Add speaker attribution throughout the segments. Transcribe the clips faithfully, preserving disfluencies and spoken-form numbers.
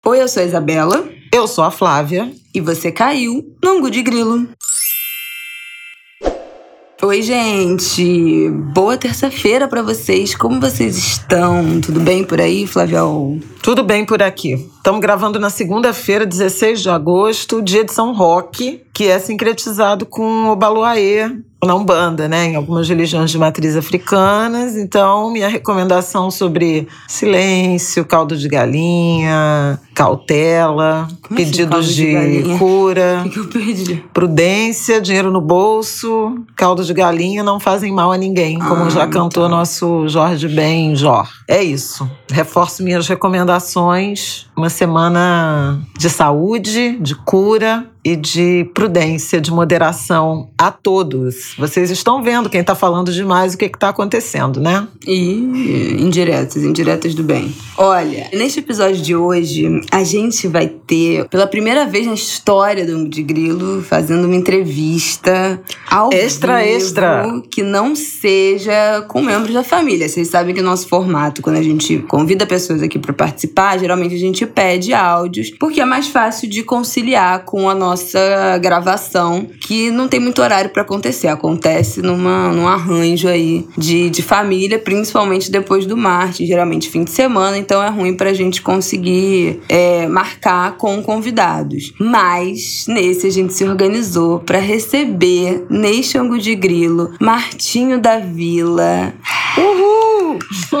Speaker 1: Oi, eu sou a Isabela.
Speaker 2: Eu sou a Flávia.
Speaker 1: E você caiu no Angu de Grilo. Oi, gente! Boa terça-feira pra vocês. Como vocês estão? Tudo bem por aí, Flávia?
Speaker 2: Tudo bem por aqui. Estamos gravando na segunda-feira, dezesseis de agosto, dia de São Roque, que é sincretizado com o Obaloaiê, na Umbanda, né? Em algumas religiões de matriz africanas. Então, minha recomendação sobre silêncio, caldo de galinha, cautela,
Speaker 1: Como
Speaker 2: pedidos
Speaker 1: assim,
Speaker 2: de,
Speaker 1: de
Speaker 2: cura,
Speaker 1: o que, que eu perdi?
Speaker 2: Prudência, dinheiro no bolso, caldo de galinha não fazem mal a ninguém, como
Speaker 1: ah,
Speaker 2: já cantou
Speaker 1: tá.
Speaker 2: nosso Jorge Ben Jor. É isso. Reforço minhas recomendações. Uma semana de saúde, de cura e de prudência, de moderação a todos. Vocês estão vendo quem está falando demais, o que está acontecendo, né?
Speaker 1: E indiretas, indiretas do bem. Olha, neste episódio de hoje, a gente vai ter, pela primeira vez na história do Angu de Grilo, fazendo uma entrevista ao
Speaker 2: extra,
Speaker 1: vivo,
Speaker 2: extra.
Speaker 1: que não seja com membros da família. Vocês sabem que o nosso formato, quando a gente convida pessoas aqui para participar, geralmente a gente pede áudios, porque é mais fácil de conciliar com a nossa nossa gravação, que não tem muito horário para acontecer. Acontece numa, num arranjo aí de, de família, principalmente depois do Marte, geralmente fim de semana, então é ruim pra gente conseguir é, marcar com convidados. Mas nesse a gente se organizou para receber, neste Angu de Grilo, Martinho da Vila.
Speaker 2: Uhul!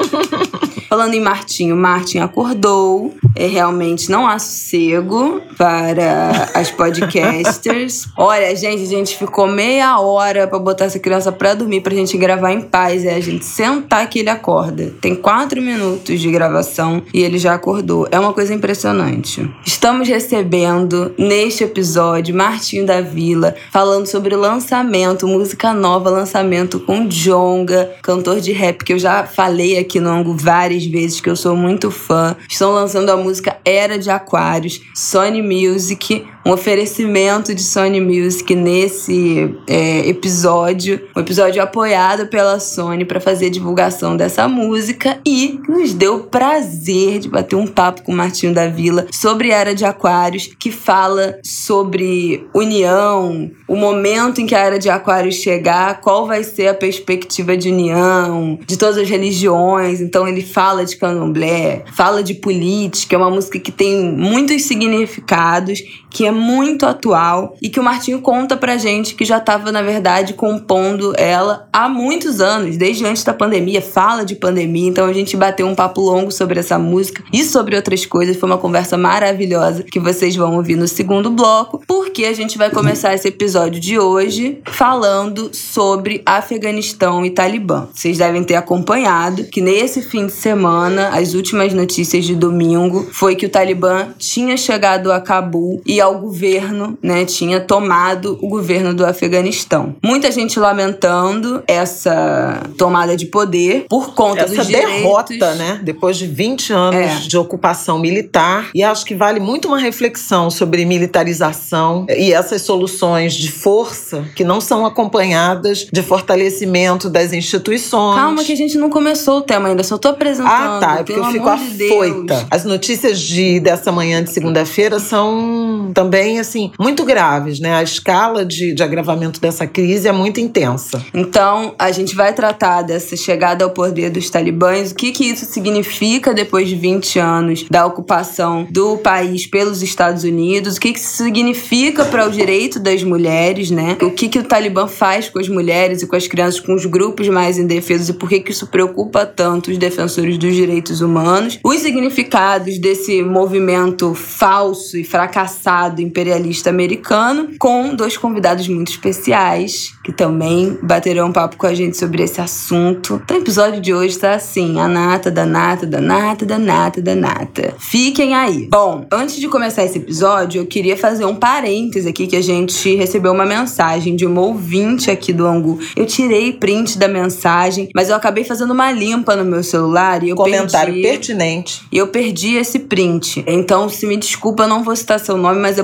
Speaker 1: Falando em Martinho, Martinho acordou. É, realmente não há sossego para as podcasters. Olha, gente, a gente ficou meia hora pra botar essa criança pra dormir, pra gente gravar em paz. É a gente sentar que ele acorda. Tem quatro minutos de gravação e ele já acordou. É uma coisa impressionante. Estamos recebendo, neste episódio, Martinho da Vila, falando sobre lançamento, música nova, lançamento com Djonga, cantor de rap, que eu já falei aqui no Angu várias vezes, que eu sou muito fã. Estão lançando a música Era de Aquários, Sony Music, um oferecimento de Sony Music nesse é, episódio, um episódio apoiado pela Sony para fazer a divulgação dessa música, e nos deu o prazer de bater um papo com o Martinho da Vila sobre Era de Aquários, que fala sobre união, o momento em que a Era de Aquários chegar, qual vai ser a perspectiva de união de todas as religiões. Então ele fala de candomblé, fala de política, é uma música que tem muitos significados, que é muito atual e que o Martinho conta pra gente que já estava, na verdade, compondo ela há muitos anos, desde antes da pandemia, fala de pandemia. Então a gente bateu um papo longo sobre essa música e sobre outras coisas. Foi uma conversa maravilhosa que vocês vão ouvir no segundo bloco, porque a gente vai começar esse episódio de hoje falando sobre Afeganistão e Talibã. Vocês devem ter acompanhado que nesse fim de semana, as últimas notícias de domingo foi que o Talibã tinha chegado a Cabul e ao governo, né, tinha tomado o governo do Afeganistão. Muita gente lamentando essa tomada de poder por conta
Speaker 2: essa
Speaker 1: dos direitos.
Speaker 2: Essa derrota, né, depois de vinte anos é. de ocupação militar. E acho que vale muito uma reflexão sobre militarização e essas soluções de força que não são acompanhadas de fortalecimento das instituições.
Speaker 1: Calma que a gente não começou o tema ainda, só tô apresentando.
Speaker 2: Ah, tá, é porque eu fico afoita.
Speaker 1: Deus.
Speaker 2: As notícias de, dessa manhã de segunda-feira são também, assim, muito graves, né? A escala de, de agravamento dessa crise é muito intensa.
Speaker 1: Então, a gente vai tratar dessa chegada ao poder dos talibãs, o que que isso significa depois de vinte anos da ocupação do país pelos Estados Unidos, o que que isso significa para o direito das mulheres, né? O que que o Talibã faz com as mulheres e com as crianças, com os grupos mais indefesos, e por que que isso preocupa tanto os defensores dos direitos humanos, os significados desse movimento falso e fracassado imperialista americano, com dois convidados muito especiais, que também baterão um papo com a gente sobre esse assunto. Então o episódio de hoje tá assim, a nata da nata da nata da nata da nata. Fiquem aí. Bom, antes de começar esse episódio, eu queria fazer um parêntese aqui, que a gente recebeu uma mensagem de uma ouvinte aqui do Angu. Eu tirei print da mensagem, mas eu acabei fazendo uma limpa no meu celular e eu
Speaker 2: Comentário
Speaker 1: perdi,
Speaker 2: pertinente.
Speaker 1: E eu perdi esse print. Então, se me desculpa, eu não vou citar seu nome, mas é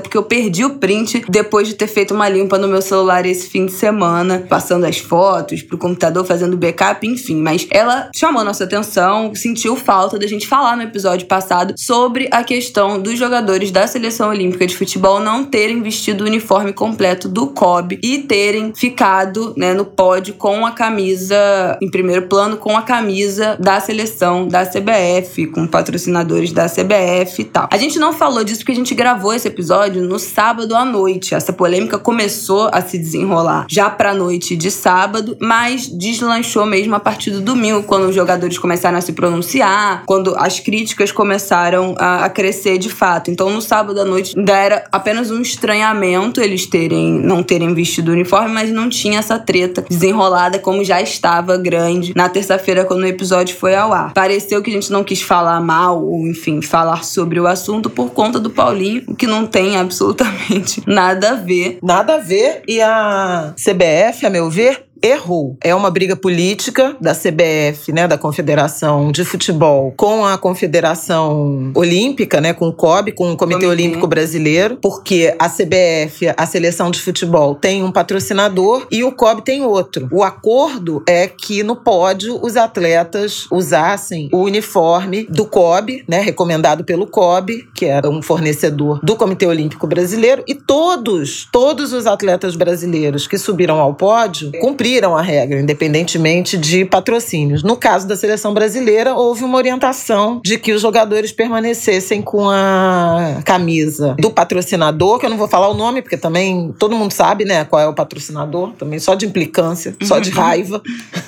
Speaker 1: porque eu perdi o print depois de ter feito uma limpa no meu celular esse fim de semana, passando as fotos pro computador, fazendo backup, enfim. Mas ela chamou nossa atenção, sentiu falta da gente falar no episódio passado sobre a questão dos jogadores da Seleção Olímpica de Futebol não terem vestido o uniforme completo do C O B e terem ficado, né, no pódio com a camisa, em primeiro plano, com a camisa da seleção da C B F, com patrocinadores da C B F e tal. A gente não falou disso porque a gente gravou esse episódio no sábado à noite. Essa polêmica começou a se desenrolar já pra noite de sábado, mas deslanchou mesmo a partir do domingo, quando os jogadores começaram a se pronunciar, quando as críticas começaram a, a crescer de fato. Então, no sábado à noite, ainda era apenas um estranhamento eles terem, não terem vestido o uniforme, mas não tinha essa treta desenrolada como já estava grande na terça-feira, quando o episódio foi ao ar. Pareceu que a gente não quis falar mal, ou enfim, falar sobre o assunto por conta do Paulinho, o que não tem absolutamente nada a ver.
Speaker 2: Nada a ver, e a C B F, a meu ver, errou. É uma briga política da C B F, né, da Confederação de Futebol, com a Confederação Olímpica, né, com o C O B, com o Comitê, Comitê Olímpico Brasileiro, porque a C B F, a Seleção de Futebol, tem um patrocinador e o C O B tem outro. O acordo é que no pódio os atletas usassem o uniforme do C O B, né, recomendado pelo C O B, que era um fornecedor do Comitê Olímpico Brasileiro, e todos, todos os atletas brasileiros que subiram ao pódio cumpriram a regra, independentemente de patrocínios. No caso da seleção brasileira, houve uma orientação de que os jogadores permanecessem com a camisa do patrocinador, que eu não vou falar o nome, porque também todo mundo sabe, né, qual é o patrocinador, também só de implicância, só de raiva.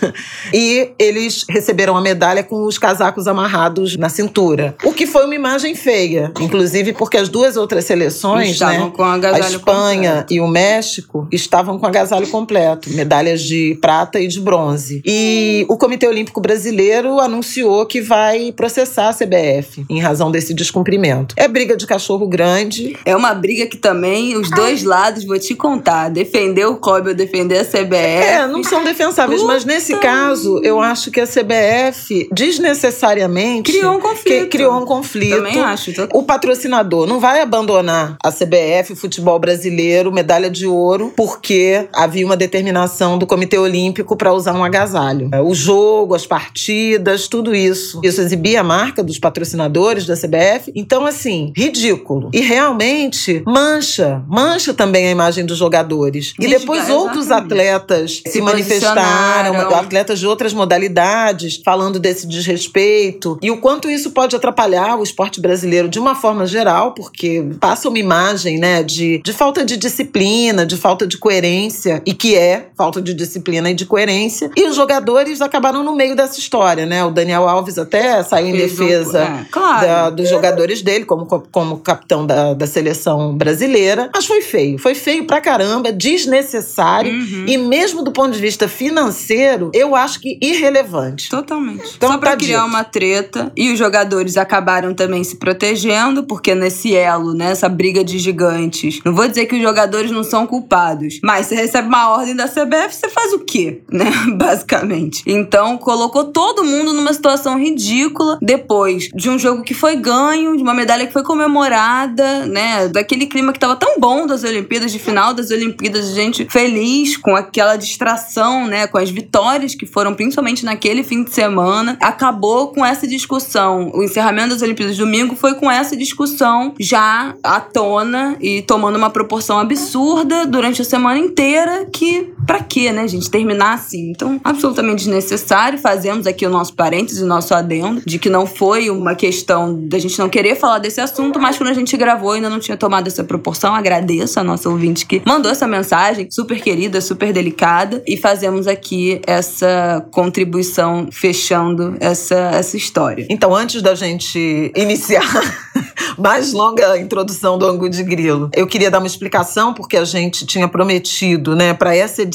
Speaker 2: E eles receberam a medalha com os casacos amarrados na cintura. O que foi uma imagem feia, inclusive porque as duas outras seleções, estavam, né, com a, a Espanha completo. E o México, estavam com agasalho completo, medalhas de prata e de bronze. E o Comitê Olímpico Brasileiro anunciou que vai processar a C B F em razão desse descumprimento. É briga de cachorro grande.
Speaker 1: É uma briga que também os dois lados, vou te contar, defender o C O B ou defender a C B F.
Speaker 2: É, não são defensáveis, Puta. Mas nesse caso, eu acho que a C B F desnecessariamente
Speaker 1: criou um conflito.
Speaker 2: criou um conflito.
Speaker 1: Também acho. Tô...
Speaker 2: O patrocinador não vai abandonar a C B F, o futebol brasileiro, medalha de ouro, porque havia uma determinação do Comitê Olímpico para usar um agasalho. O jogo, as partidas, tudo isso. Isso exibia a marca dos patrocinadores da C B F. Então, assim, ridículo. E realmente mancha, mancha também a imagem dos jogadores. E depois Exatamente. outros atletas se, se manifestaram, atletas de outras modalidades, falando desse desrespeito. E o quanto isso pode atrapalhar o esporte brasileiro de uma forma geral, porque passa uma imagem, né, de, de falta de disciplina, de falta de coerência, e que é falta de disciplina e de coerência. E os jogadores acabaram no meio dessa história, né? O Daniel Alves até saiu em Fez defesa um... é, claro. da, dos jogadores dele, como, como capitão da, da seleção brasileira. Mas foi feio. Foi feio pra caramba, desnecessário. Uhum. E mesmo do ponto de vista financeiro, eu acho que irrelevante.
Speaker 1: Totalmente. Então, Só pra tá criar dito. uma treta. E os jogadores acabaram também se protegendo, porque nesse elo, né, essa briga de gigantes, não vou dizer que os jogadores não são culpados, mas você recebe uma ordem da C B F, você faz o quê, né? Basicamente. Então, colocou todo mundo numa situação ridícula depois de um jogo que foi ganho, de uma medalha que foi comemorada, né? Daquele clima que tava tão bom das Olimpíadas, de final das Olimpíadas, gente feliz com aquela distração, né? Com as vitórias que foram principalmente naquele fim de semana. Acabou com essa discussão. O encerramento das Olimpíadas de domingo foi com essa discussão já à tona e tomando uma proporção absurda durante a semana inteira, que pra quê, né, gente? Terminar assim. Então, absolutamente desnecessário. Fazemos aqui o nosso parênteses, o nosso adendo, de que não foi uma questão da gente não querer falar desse assunto, mas quando a gente gravou ainda não tinha tomado essa proporção. Agradeço a nossa ouvinte que mandou essa mensagem, super querida, super delicada, e fazemos aqui essa contribuição fechando essa, essa história.
Speaker 2: Então, antes da gente iniciar mais longa introdução do Angu de Grilo, eu queria dar uma explicação, porque a gente tinha prometido, né, para essa edição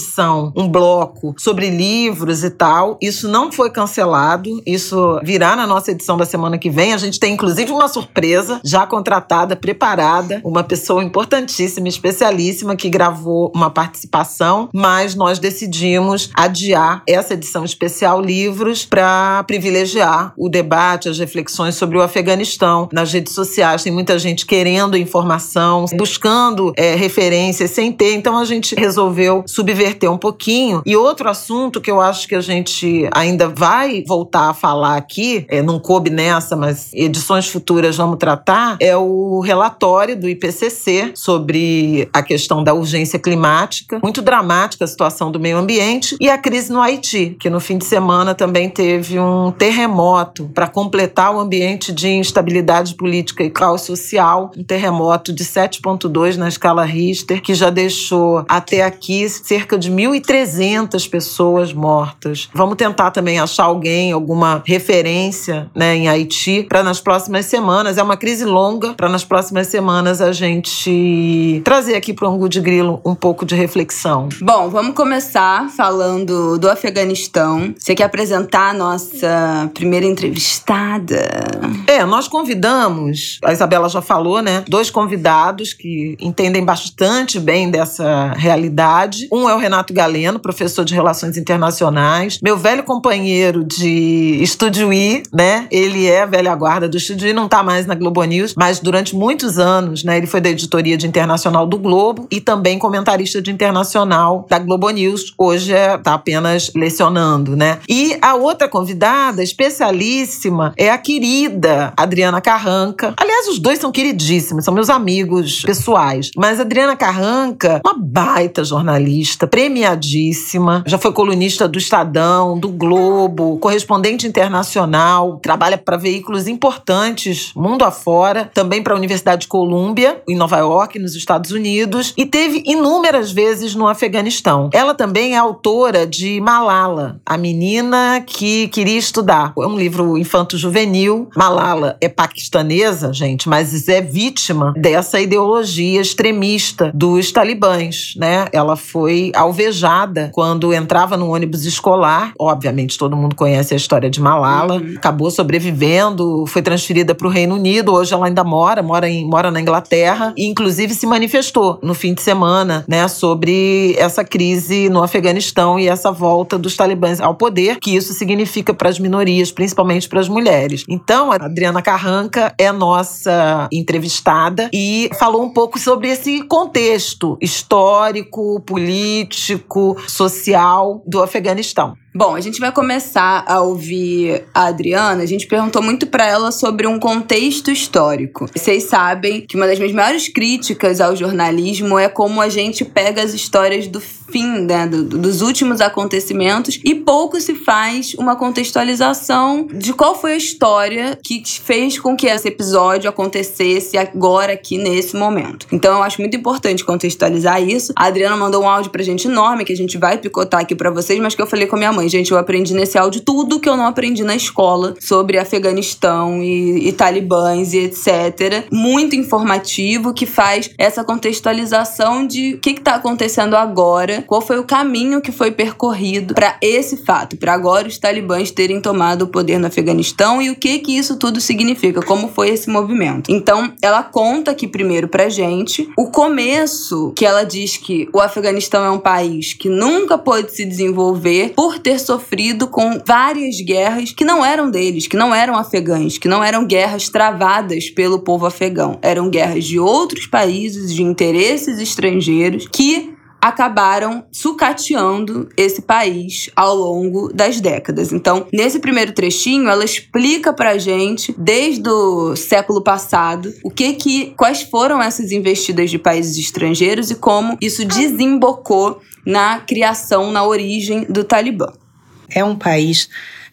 Speaker 2: edição um bloco sobre livros e tal. Isso não foi cancelado, isso virá na nossa edição da semana que vem. A gente tem, inclusive, uma surpresa já contratada, preparada, uma pessoa importantíssima, especialíssima, que gravou uma participação, mas nós decidimos adiar essa edição especial livros para privilegiar o debate, as reflexões sobre o Afeganistão. Nas redes sociais tem muita gente querendo informação, buscando é, referências sem ter, então a gente resolveu subverter um pouquinho. E outro assunto que eu acho que a gente ainda vai voltar a falar aqui, é, não coube nessa, mas edições futuras vamos tratar, é o relatório do I P C C sobre a questão da urgência climática, muito dramática a situação do meio ambiente, e a crise no Haiti, que no fim de semana também teve um terremoto para completar o ambiente de instabilidade política e caos social, um terremoto de sete ponto dois na escala Richter, que já deixou até aqui cerca de mil e trezentas pessoas mortas. Vamos tentar também achar alguém, alguma referência, né, em Haiti, para nas próximas semanas, é uma crise longa, para nas próximas semanas a gente trazer aqui para o Angu de Grilo um pouco de reflexão.
Speaker 1: Bom, vamos começar falando do Afeganistão. Você quer apresentar a nossa primeira entrevistada?
Speaker 2: É, nós convidamos, a Isabela já falou, né, dois convidados que entendem bastante bem dessa realidade. Um é o Renato Galeno, professor de Relações Internacionais, meu velho companheiro de Estúdio I, né, ele é a velha guarda do Estúdio I, não tá mais na Globo News, mas durante muitos anos, né, ele foi da editoria de Internacional do Globo e também comentarista de Internacional da Globo News, hoje é, tá apenas lecionando, né. E a outra convidada, especialíssima, é a querida Adriana Carranca. Aliás, os dois são queridíssimos, são meus amigos pessoais. Mas a Adriana Carranca, uma baita jornalista, premiadíssima, já foi colunista do Estadão, do Globo, correspondente internacional, trabalha para veículos importantes mundo afora, também para a Universidade de Colômbia, em Nova York, nos Estados Unidos, e teve inúmeras vezes no Afeganistão. Ela também é autora de Malala, a menina que queria estudar. É um livro infanto-juvenil. Malala é paquistanesa, gente, mas é vítima dessa ideologia extremista dos talibãs, né? Ela foi alvejada quando entrava no ônibus escolar. Obviamente, todo mundo conhece a história de Malala. Uhum. Acabou sobrevivendo, foi transferida para o Reino Unido. Hoje ela ainda mora, mora, em, mora na Inglaterra. E, inclusive, se manifestou no fim de semana, né, sobre essa crise no Afeganistão e essa volta dos talibãs ao poder, que isso significa para as minorias, principalmente para as mulheres. Então, a Adriana Carranca é nossa entrevistada e falou um pouco sobre esse contexto histórico, político, social do Afeganistão.
Speaker 1: Bom, a gente vai começar a ouvir a Adriana. A gente perguntou muito pra ela sobre um contexto histórico. Vocês sabem que uma das minhas maiores críticas ao jornalismo é como a gente pega as histórias do fim, né, do, dos últimos acontecimentos, e pouco se faz uma contextualização de qual foi a história que fez com que esse episódio acontecesse agora, aqui, nesse momento. Então, eu acho muito importante contextualizar isso. A Adriana mandou um áudio pra gente enorme, que a gente vai picotar aqui pra vocês, mas que eu falei com a minha mãe. Gente, eu aprendi nesse áudio tudo que eu não aprendi na escola sobre Afeganistão e, e talibãs e etcétera. Muito informativo, que faz essa contextualização de o que está acontecendo agora, qual foi o caminho que foi percorrido para esse fato, para agora os talibãs terem tomado o poder no Afeganistão e o que que isso tudo significa, como foi esse movimento. Então, ela conta aqui primeiro pra gente o começo, que ela diz que o Afeganistão é um país que nunca pôde se desenvolver por ter sofrido com várias guerras que não eram deles, que não eram afegãs, que não eram guerras travadas pelo povo afegão. Eram guerras de outros países, de interesses estrangeiros, que acabaram sucateando esse país ao longo das décadas. Então, nesse primeiro trechinho, ela explica pra gente, desde o século passado, o que que, quais foram essas investidas de países estrangeiros e como isso desembocou na criação, na origem do Talibã.
Speaker 3: É um país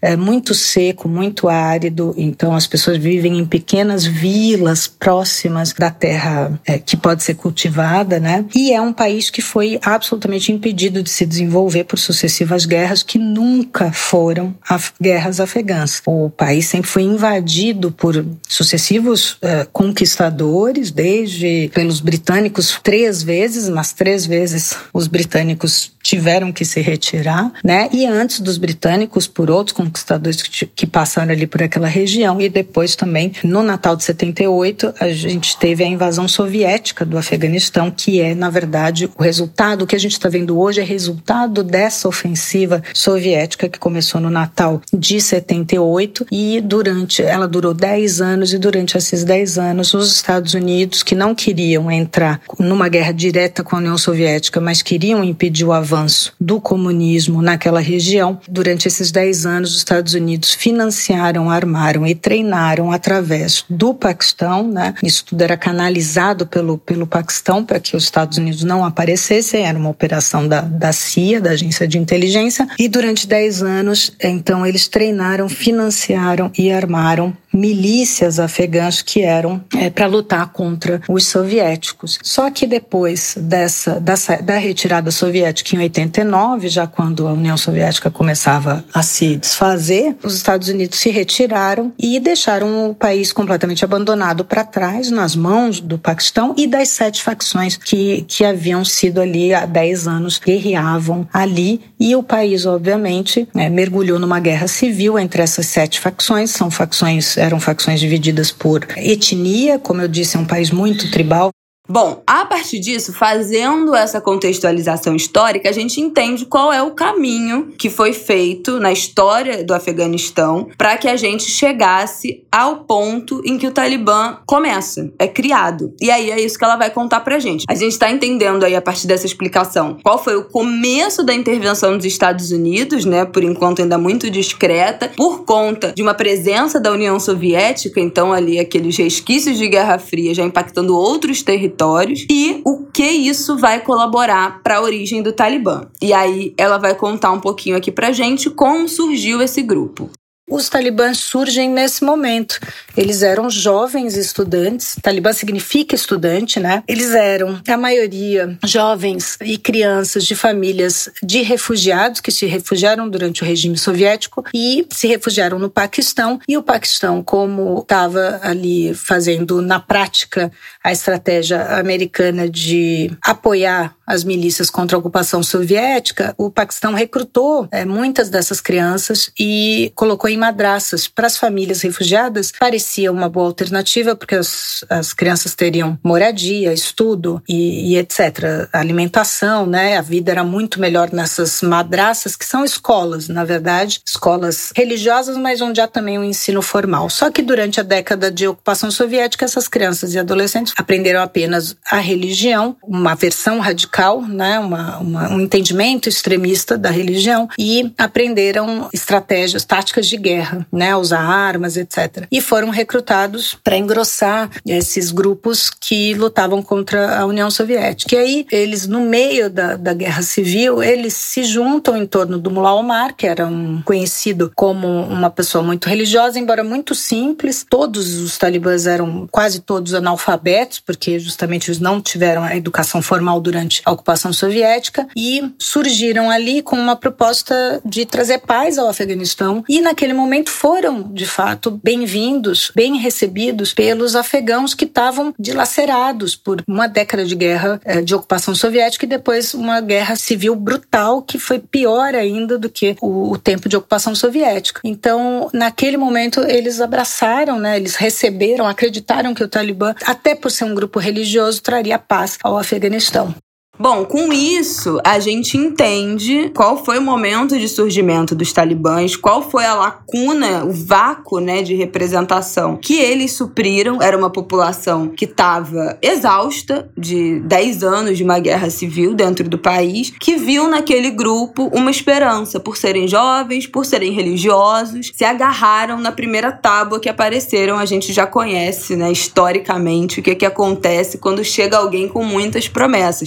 Speaker 3: é muito seco, muito árido, então as pessoas vivem em pequenas vilas próximas da terra é, que pode ser cultivada, né? E é um país que foi absolutamente impedido de se desenvolver por sucessivas guerras que nunca foram af- guerras afegãs. O país sempre foi invadido por sucessivos uh, conquistadores, desde pelos britânicos três vezes, mas três vezes os britânicos tiveram que se retirar, né? E antes dos britânicos, por outros conquistadores que, que passaram ali por aquela região. E depois também, no Natal de setenta e oito, a gente teve a invasão soviética do Afeganistão, que é, na verdade, o resultado, o que a gente está vendo hoje é resultado dessa ofensiva soviética que começou no Natal de setenta e oito e durante, ela durou dez anos e durante esses dez anos os Estados Unidos, que não queriam entrar numa guerra direta com a União Soviética, mas queriam impedir o avanço do comunismo naquela região, durante esses dez anos os Estados Unidos financiaram, armaram e treinaram através do Paquistão, né? Isso tudo era canalizado pelo, pelo Paquistão para que os Estados Unidos não aparecessem, era uma operação da, da C I A, da Agência de Inteligência, e durante dez anos, então, eles treinaram, financiaram e armaram milícias afegãs que eram é, para lutar contra os soviéticos. Só que depois dessa, dessa, da retirada soviética em oitenta e nove, já quando a União Soviética começava a se desfazer, os Estados Unidos se retiraram e deixaram o país completamente abandonado para trás, nas mãos do Paquistão e das sete facções que, que haviam sido ali há dez anos, guerreavam ali, e o país, obviamente, né, mergulhou numa guerra civil entre essas sete facções. São facções Eram facções divididas por etnia, como eu disse, é um país muito tribal.
Speaker 1: Bom, a partir disso, fazendo essa contextualização histórica, a gente entende qual é o caminho que foi feito na história do Afeganistão para que a gente chegasse ao ponto em que o Talibã começa, é criado. E aí é isso que ela vai contar pra gente. A gente está entendendo aí, a partir dessa explicação, qual foi o começo da intervenção dos Estados Unidos, né, por enquanto ainda muito discreta, por conta de uma presença da União Soviética, então ali aqueles resquícios de Guerra Fria já impactando outros territórios, e o que isso vai colaborar para a origem do Talibã. E aí ela vai contar um pouquinho aqui pra gente como surgiu esse grupo.
Speaker 3: Os talibãs surgem nesse momento. Eles eram jovens estudantes. Talibã significa estudante, né? Eles eram, a maioria, jovens e crianças de famílias de refugiados que se refugiaram durante o regime soviético e se refugiaram no Paquistão. E o Paquistão, como estava ali fazendo na prática a estratégia americana de apoiar as milícias contra a ocupação soviética, o Paquistão recrutou é, muitas dessas crianças e colocou em madraças. Para as famílias refugiadas, parecia uma boa alternativa, porque as, as crianças teriam moradia, estudo e, e etcétera. Alimentação, né? A vida era muito melhor nessas madraças, que são escolas, na verdade, escolas religiosas, mas onde há também o ensino formal. Só que durante a década de ocupação soviética, essas crianças e adolescentes aprenderam apenas a religião, uma versão radical, né? uma, uma, um entendimento extremista da religião, e aprenderam estratégias, táticas de guerra, né, usar armas, etcétera. E foram recrutados para engrossar esses grupos que lutavam contra a União Soviética. E aí, eles, no meio da, da Guerra Civil, eles se juntam em torno do Mullah Omar, que era um, conhecido como uma pessoa muito religiosa, embora muito simples. Todos os talibãs eram quase todos analfabetos, porque justamente eles não tiveram a educação formal durante a ocupação soviética, e surgiram ali com uma proposta de trazer paz ao Afeganistão. E naquele momento foram, de fato, bem-vindos, bem recebidos pelos afegãos que estavam dilacerados por uma década de guerra de ocupação soviética e depois uma guerra civil brutal que foi pior ainda do que o, o tempo de ocupação soviética. Então, naquele momento, eles abraçaram, né, eles receberam, acreditaram que o Talibã, até por ser um grupo religioso, traria paz ao Afeganistão.
Speaker 1: Bom, com isso, a gente entende qual foi o momento de surgimento dos talibãs, qual foi a lacuna, o vácuo, né, de representação que eles supriram. Era uma população que estava exausta de dez anos de uma guerra civil dentro do país, que viu naquele grupo uma esperança. Por serem jovens, por serem religiosos, se agarraram na primeira tábua que apareceram. A gente já conhece, né, historicamente, o que, que acontece quando chega alguém com muitas promessas. E não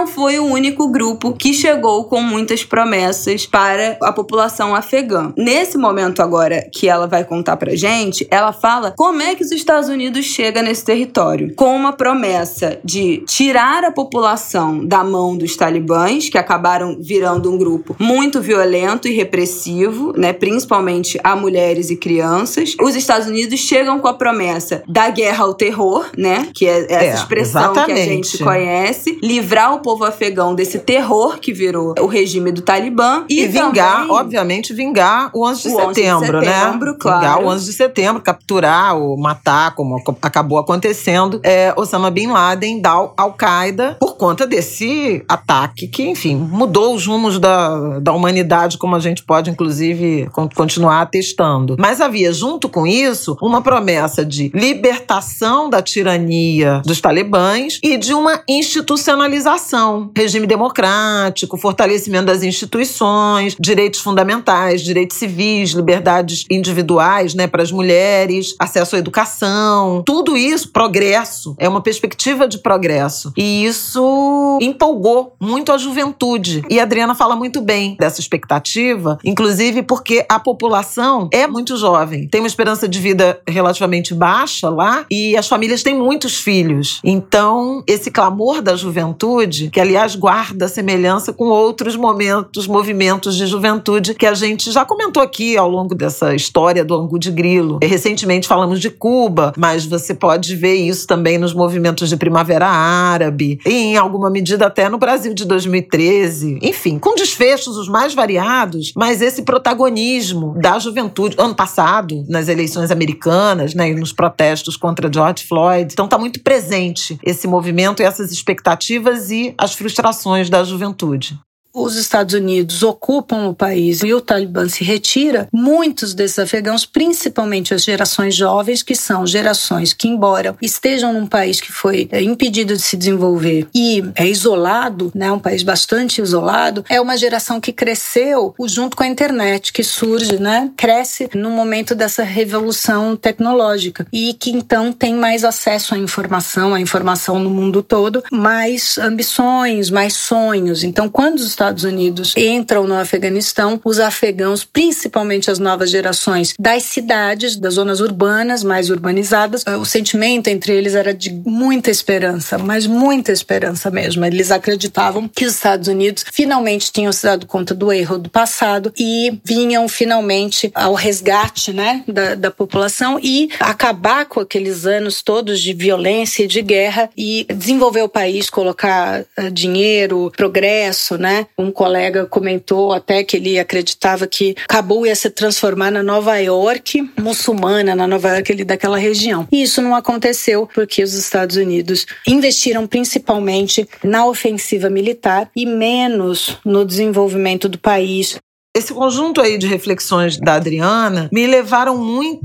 Speaker 1: não foi o único grupo que chegou com muitas promessas para a população afegã. Nesse momento agora que ela vai contar pra gente, ela fala como é que os Estados Unidos chega nesse território. Com uma promessa de tirar a população da mão dos talibãs, que acabaram virando um grupo muito violento e repressivo, né, principalmente a mulheres e crianças. Os Estados Unidos chegam com a promessa da guerra ao terror, né, que é essa
Speaker 2: é,
Speaker 1: expressão
Speaker 2: exatamente.
Speaker 1: que a gente conhece, livrar o povo afegão desse terror que virou o regime do Talibã e,
Speaker 2: e vingar,
Speaker 1: também,
Speaker 2: obviamente, vingar o onze de
Speaker 1: o
Speaker 2: setembro,
Speaker 1: onze de setembro,
Speaker 2: né?
Speaker 1: claro.
Speaker 2: Vingar o onze de setembro, capturar ou matar, como acabou acontecendo, é, Osama Bin Laden da Al-Qaeda por conta desse ataque que, enfim, mudou os rumos da, da humanidade, como a gente pode, inclusive, continuar atestando. Mas havia, junto com isso, uma promessa de libertação da tirania dos talibãs e de uma institucionalização, regime democrático, fortalecimento das instituições, direitos fundamentais, direitos civis, liberdades individuais, né, para as mulheres, acesso à educação, tudo isso, progresso, é uma perspectiva de progresso. E isso empolgou muito a juventude. E a Adriana fala muito bem dessa expectativa, inclusive porque a população é muito jovem, tem uma esperança de vida relativamente baixa lá e as famílias têm muitos filhos. Então, esse clamor da juventude, que aliás guarda semelhança com outros momentos, movimentos de juventude que a gente já comentou aqui ao longo dessa história do Angu de Grilo. Recentemente falamos de Cuba, mas você pode ver isso também nos movimentos de Primavera Árabe e em alguma medida até no Brasil de dois mil e treze. Enfim, com desfechos os mais variados, mas esse protagonismo da juventude, ano passado, nas eleições americanas, né, e nos protestos contra George Floyd. Então está muito presente esse movimento e essas expectativas e as frustrações da juventude.
Speaker 3: Os Estados Unidos ocupam o país e o Talibã se retira, muitos desses afegãos, principalmente as gerações jovens, que são gerações que, embora estejam num país que foi é, impedido de se desenvolver e é isolado, né, um país bastante isolado, é uma geração que cresceu junto com a internet, que surge, né, cresce no momento dessa revolução tecnológica e que então tem mais acesso à informação, à informação no mundo todo, mais ambições, mais sonhos. Então, quando os Estados Estados Unidos entram no Afeganistão, os afegãos, principalmente as novas gerações das cidades, das zonas urbanas, mais urbanizadas, o sentimento entre eles era de muita esperança, mas muita esperança mesmo. Eles acreditavam que os Estados Unidos finalmente tinham se dado conta do erro do passado e vinham finalmente ao resgate, né, da, da população e acabar com aqueles anos todos de violência e de guerra e desenvolver o país, colocar uh, dinheiro, progresso, né? Um colega comentou até que ele acreditava que Cabul ia se transformar na Nova York muçulmana, na Nova York ali daquela região. E isso não aconteceu porque os Estados Unidos investiram principalmente na ofensiva militar e menos no desenvolvimento do país.
Speaker 2: Esse conjunto aí de reflexões da Adriana me levaram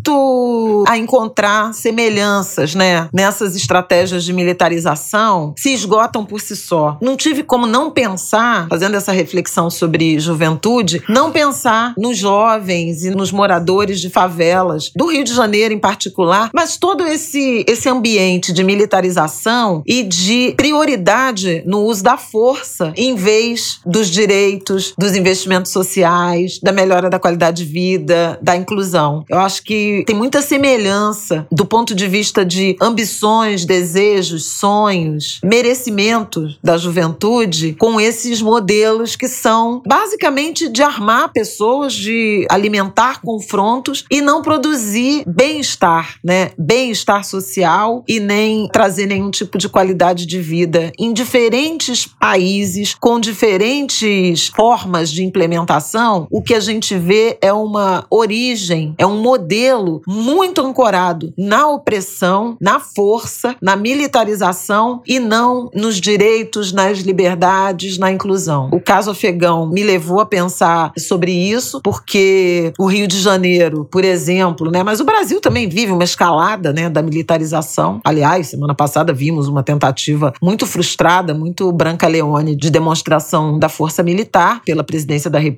Speaker 2: muito a encontrar semelhanças, né? Nessas estratégias de militarização se esgotam por si só. Não tive como não pensar, fazendo essa reflexão sobre juventude, não pensar nos jovens e nos moradores de favelas, do Rio de Janeiro em particular, mas todo esse, esse ambiente de militarização e de prioridade no uso da força em vez dos direitos, dos investimentos sociais, da melhora da qualidade de vida, da inclusão. Eu acho que tem muita semelhança do ponto de vista de ambições, desejos, sonhos, merecimentos da juventude com esses modelos que são basicamente de armar pessoas, de alimentar confrontos e não produzir bem-estar, né? Bem-estar social e nem trazer nenhum tipo de qualidade de vida em diferentes países, com diferentes formas de implementação. O que a gente vê é uma origem, é um modelo muito ancorado na opressão, na força, na militarização e não nos direitos, nas liberdades, na inclusão. O caso afegão me levou a pensar sobre isso, porque o Rio de Janeiro, por exemplo, né, mas o Brasil também vive uma escalada, né, da militarização. Aliás, semana passada vimos uma tentativa muito frustrada, muito Branca Leone, de demonstração da força militar pela presidência da República,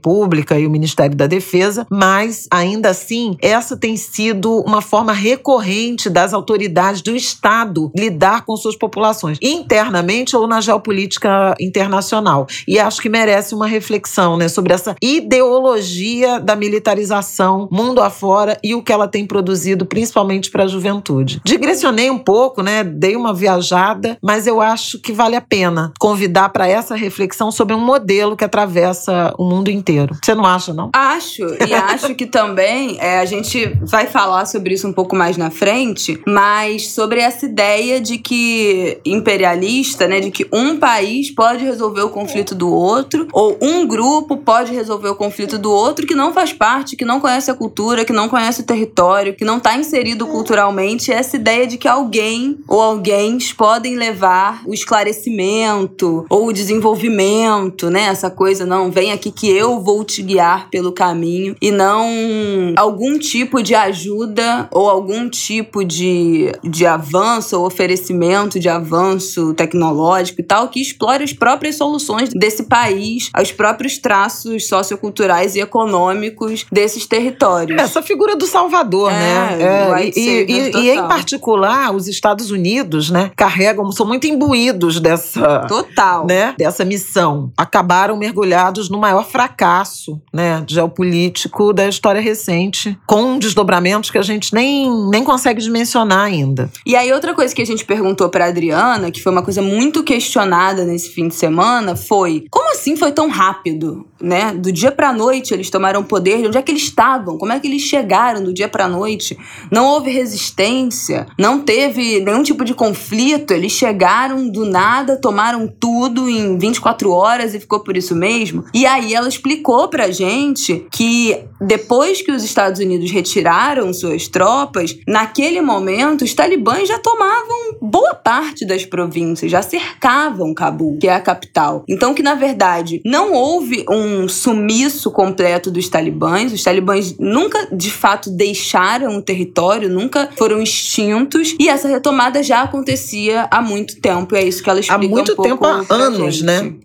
Speaker 2: Pública e o Ministério da Defesa, mas, ainda assim, essa tem sido uma forma recorrente das autoridades do Estado lidar com suas populações, internamente ou na geopolítica internacional. E acho que merece uma reflexão, né, sobre essa ideologia da militarização mundo afora e o que ela tem produzido, principalmente para a juventude. Digressionei um pouco, né, dei uma viajada, mas eu acho que vale a pena convidar para essa reflexão sobre um modelo que atravessa o mundo inteiro. Você não acha, não?
Speaker 1: Acho, e acho que também é, a gente vai falar sobre isso um pouco mais na frente, mas sobre essa ideia de que imperialista, né, de que um país pode resolver o conflito do outro, ou um grupo pode resolver o conflito do outro que não faz parte, que não conhece a cultura, que não conhece o território, que não está inserido culturalmente. Essa ideia de que alguém ou alguém podem levar o esclarecimento ou o desenvolvimento, né? Essa coisa, não, vem aqui que eu vou te guiar pelo caminho, e não algum tipo de ajuda ou algum tipo de, de avanço ou oferecimento de avanço tecnológico e tal, que explore as próprias soluções desse país, os próprios traços socioculturais e econômicos desses territórios.
Speaker 2: Essa figura do Salvador,
Speaker 1: é,
Speaker 2: né? É, e, e, e, em particular, os Estados Unidos, né, carregam, são muito imbuídos dessa,
Speaker 1: Total.
Speaker 2: Né, dessa missão. Acabaram mergulhados no maior fracasso, né, geopolítico da história recente, com desdobramentos que a gente nem, nem consegue dimensionar ainda.
Speaker 1: E aí, outra coisa que a gente perguntou pra Adriana, que foi uma coisa muito questionada nesse fim de semana, foi: como assim foi tão rápido? Né? Do dia pra noite eles tomaram poder. De onde é que eles estavam? Como é que eles chegaram do dia pra noite? Não houve resistência, não teve nenhum tipo de conflito. Eles chegaram do nada, tomaram tudo em vinte e quatro horas e ficou por isso mesmo. E aí ela explicou pra gente que depois que os Estados Unidos retiraram suas tropas, naquele momento os talibãs já tomavam boa parte das províncias, já cercavam Cabul, que é a capital. Então que, na verdade, não houve um um sumiço completo dos talibãs. Os talibãs nunca, de fato, deixaram o território, nunca foram extintos, e essa retomada já acontecia há muito tempo. E é isso que ela explica
Speaker 2: um pouco. Há muito tempo, há anos,
Speaker 1: gente.
Speaker 2: Né?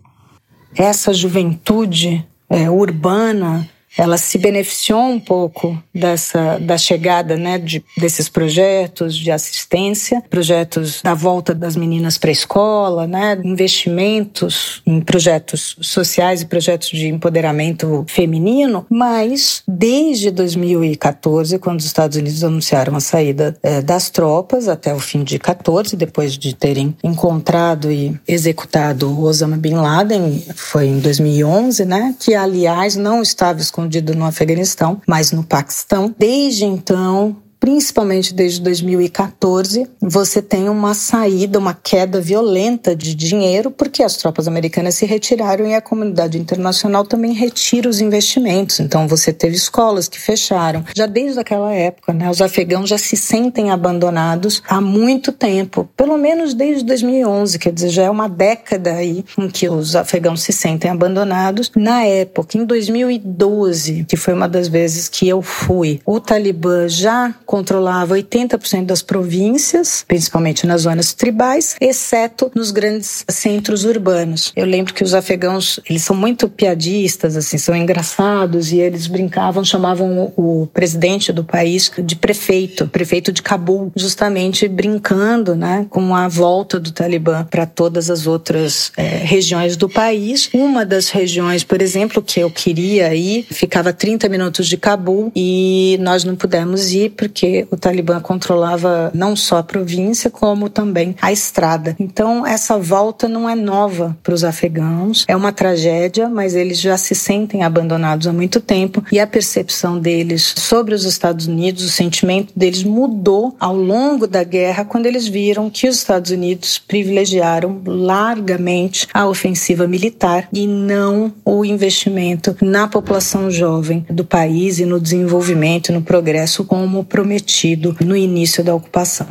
Speaker 3: Essa juventude é, urbana, ela se beneficiou um pouco dessa, da chegada, né, de, desses projetos de assistência, projetos da volta das meninas para a escola, né, investimentos em projetos sociais e projetos de empoderamento feminino, mas desde dois mil e catorze, quando os Estados Unidos anunciaram a saída é, das tropas até o fim de catorze, depois de terem encontrado e executado Osama Bin Laden, foi em dois mil e onze, né, que aliás não estava escondido no Afeganistão, mas no Paquistão. Desde então, principalmente desde dois mil e catorze, você tem uma saída, uma queda violenta de dinheiro, porque as tropas americanas se retiraram e a comunidade internacional também retira os investimentos. Então você teve escolas que fecharam. Já desde aquela época, né, os afegãos já se sentem abandonados há muito tempo, pelo menos desde dois mil e onze, quer dizer, já é uma década aí em que os afegãos se sentem abandonados. Na época, em dois mil e doze, que foi uma das vezes que eu fui, o Talibã já controlava oitenta por cento das províncias, principalmente nas zonas tribais, exceto nos grandes centros urbanos. Eu lembro que os afegãos, eles são muito piadistas, assim, são engraçados, e eles brincavam, chamavam o, o presidente do país de prefeito, prefeito de Cabul, justamente brincando, né, com a volta do Talibã para todas as outras é, regiões do país. Uma das regiões, por exemplo, que eu queria ir, ficava a trinta minutos de Cabul, e nós não pudemos ir porque o Talibã controlava não só a província, como também a estrada. Então, essa volta não é nova para os afegãos, é uma tragédia, mas eles já se sentem abandonados há muito tempo, e a percepção deles sobre os Estados Unidos, o sentimento deles mudou ao longo da guerra, quando eles viram que os Estados Unidos privilegiaram largamente a ofensiva militar e não o investimento na população jovem do país e no desenvolvimento e no progresso como prometido no início da ocupação.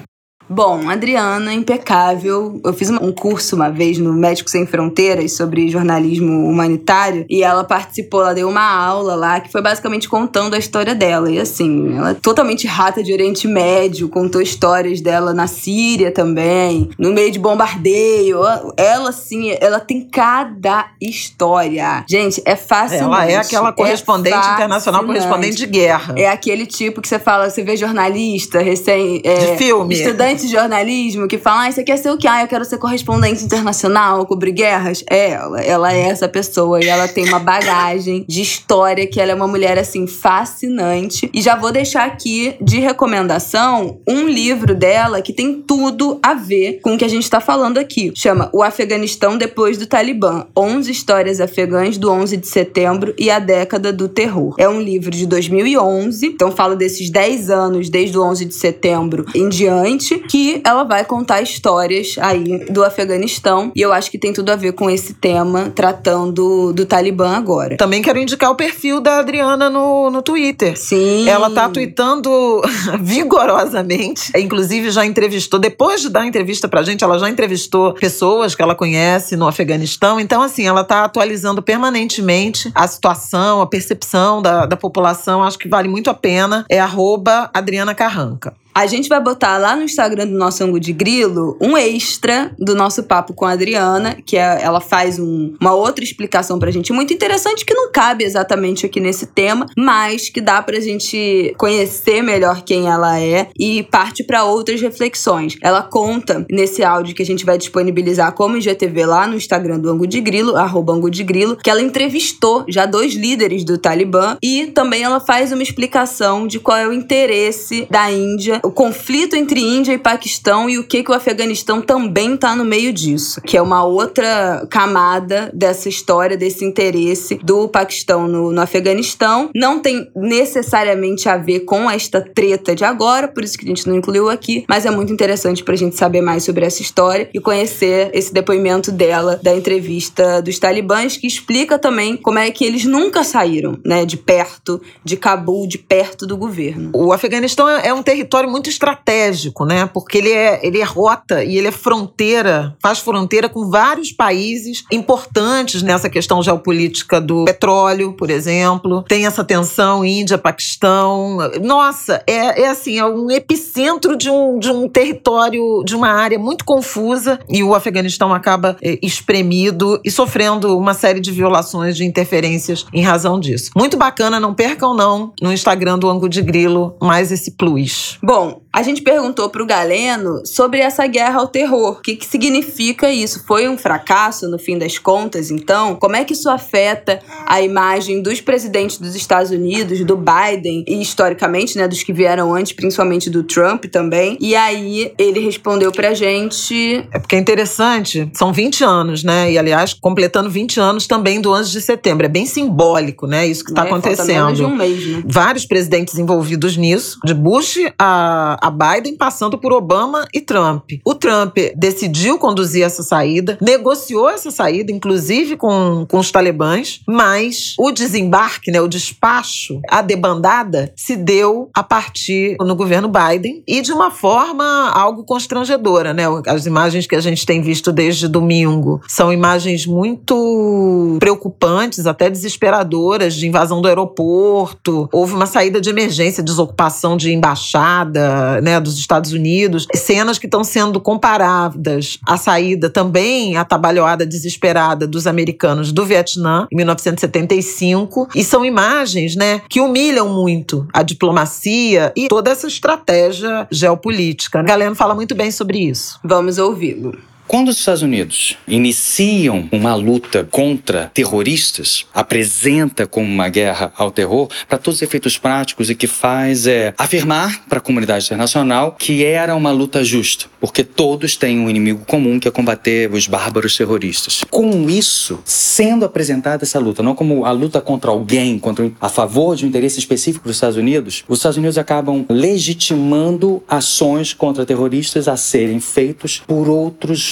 Speaker 1: Bom, Adriana, impecável. Eu fiz um curso uma vez no Médicos Sem Fronteiras sobre jornalismo humanitário e ela participou, ela deu uma aula lá que foi basicamente contando a história dela. E assim, ela é totalmente rata de Oriente Médio, contou histórias dela na Síria também, no meio de bombardeio. Ela, assim, ela tem cada história. Gente, é fascinante.
Speaker 2: Ela é aquela correspondente
Speaker 1: é
Speaker 2: internacional, correspondente de guerra.
Speaker 1: É aquele tipo que você fala, você vê jornalista, recém... É,
Speaker 2: de filme.
Speaker 1: Estudante de jornalismo que fala, ah, você quer ser o quê? Ah, eu quero ser correspondente internacional, cobrir guerras. É ela. Ela é essa pessoa e ela tem uma bagagem de história que ela é uma mulher, assim, fascinante. E já vou deixar aqui de recomendação um livro dela que tem tudo a ver com o que a gente tá falando aqui. Chama O Afeganistão Depois do Talibã. onze histórias afegãs do onze de setembro e a década do terror. É um livro de dois mil e onze, então fala desses dez anos, desde o onze de setembro em diante, que ela vai contar histórias aí do Afeganistão. E eu acho que tem tudo a ver com esse tema, tratando do Talibã agora.
Speaker 2: Também quero indicar o perfil da Adriana no, no Twitter.
Speaker 1: Sim.
Speaker 2: Ela tá tweetando vigorosamente. Inclusive já entrevistou, depois de dar a entrevista pra gente, ela já entrevistou pessoas que ela conhece no Afeganistão. Então, assim, ela tá atualizando permanentemente a situação, a percepção da, da população. Acho que vale muito a pena. É arroba Adriana Carranca.
Speaker 1: A gente vai botar lá no Instagram do nosso Ângulo de Grilo um extra do nosso papo com a Adriana, que é, ela faz um, uma outra explicação pra gente muito interessante, que não cabe exatamente aqui nesse tema, mas que dá pra gente conhecer melhor quem ela é e parte pra outras reflexões. Ela conta nesse áudio que a gente vai disponibilizar como I G T V lá no Instagram do Ângulo de Grilo, arroba Ângulo de Grilo, que ela entrevistou já dois líderes do Talibã e também ela faz uma explicação de qual é o interesse da Índia, o conflito entre Índia e Paquistão e o que, que o Afeganistão também está no meio disso, que é uma outra camada dessa história, desse interesse do Paquistão no, no Afeganistão. Não tem necessariamente a ver com esta treta de agora, por isso que a gente não incluiu aqui, mas é muito interessante pra gente saber mais sobre essa história e conhecer esse depoimento dela, da entrevista dos talibãs, que explica também como é que eles nunca saíram, né, de perto de Cabul, de perto do governo.
Speaker 2: O Afeganistão é um território muito muito estratégico, né? Porque ele é, ele é rota e ele é fronteira, faz fronteira com vários países importantes nessa questão geopolítica do petróleo, por exemplo. Tem essa tensão Índia-Paquistão. Nossa, é, é assim, é um epicentro de um, de um território, de uma área muito confusa, e o Afeganistão acaba é, espremido e sofrendo uma série de violações, de interferências em razão disso. Muito bacana, não percam não, no Instagram do Ângulo de Grilo, mais esse plus.
Speaker 1: Bom, a gente perguntou pro Galeno sobre essa guerra ao terror. O que, que significa isso? Foi um fracasso, no fim das contas, então? Como é que isso afeta a imagem dos presidentes dos Estados Unidos, do Biden, e historicamente, né, dos que vieram antes, principalmente do Trump também? E aí, ele respondeu pra gente...
Speaker 2: É porque é interessante, são vinte anos, né? E, aliás, completando vinte anos também do onze de setembro. É bem simbólico, né? Isso que está é, acontecendo.
Speaker 1: Falta menos de um mês, né?
Speaker 2: Vários presidentes envolvidos nisso, de Bush a, a Biden, passando por Obama e Trump. O Trump decidiu conduzir essa saída, negociou essa saída, inclusive com, com os talibãs, mas o desembarque, né, o despacho, a debandada, se deu a partir no governo Biden e de uma forma algo constrangedora, né? As imagens que a gente tem visto desde domingo são imagens muito preocupantes, até desesperadoras, de invasão do aeroporto. Houve uma saída de emergência, desocupação de embaixada, né, dos Estados Unidos, cenas que estão sendo comparadas à saída também atabalhoada, desesperada dos americanos do Vietnã, em mil novecentos e setenta e cinco, e são imagens, né, que humilham muito a diplomacia e toda essa estratégia geopolítica. Galeno fala muito bem sobre isso.
Speaker 1: Vamos ouvi-lo.
Speaker 4: Quando os Estados Unidos iniciam uma luta contra terroristas, apresenta como uma guerra ao terror, para todos os efeitos práticos, e que faz é afirmar para a comunidade internacional que era uma luta justa, porque todos têm um inimigo comum, que é combater os bárbaros terroristas. Com isso, sendo apresentada essa luta, não como a luta contra alguém, contra, a favor de um interesse específico dos Estados Unidos, os Estados Unidos acabam legitimando ações contra terroristas a serem feitos por outros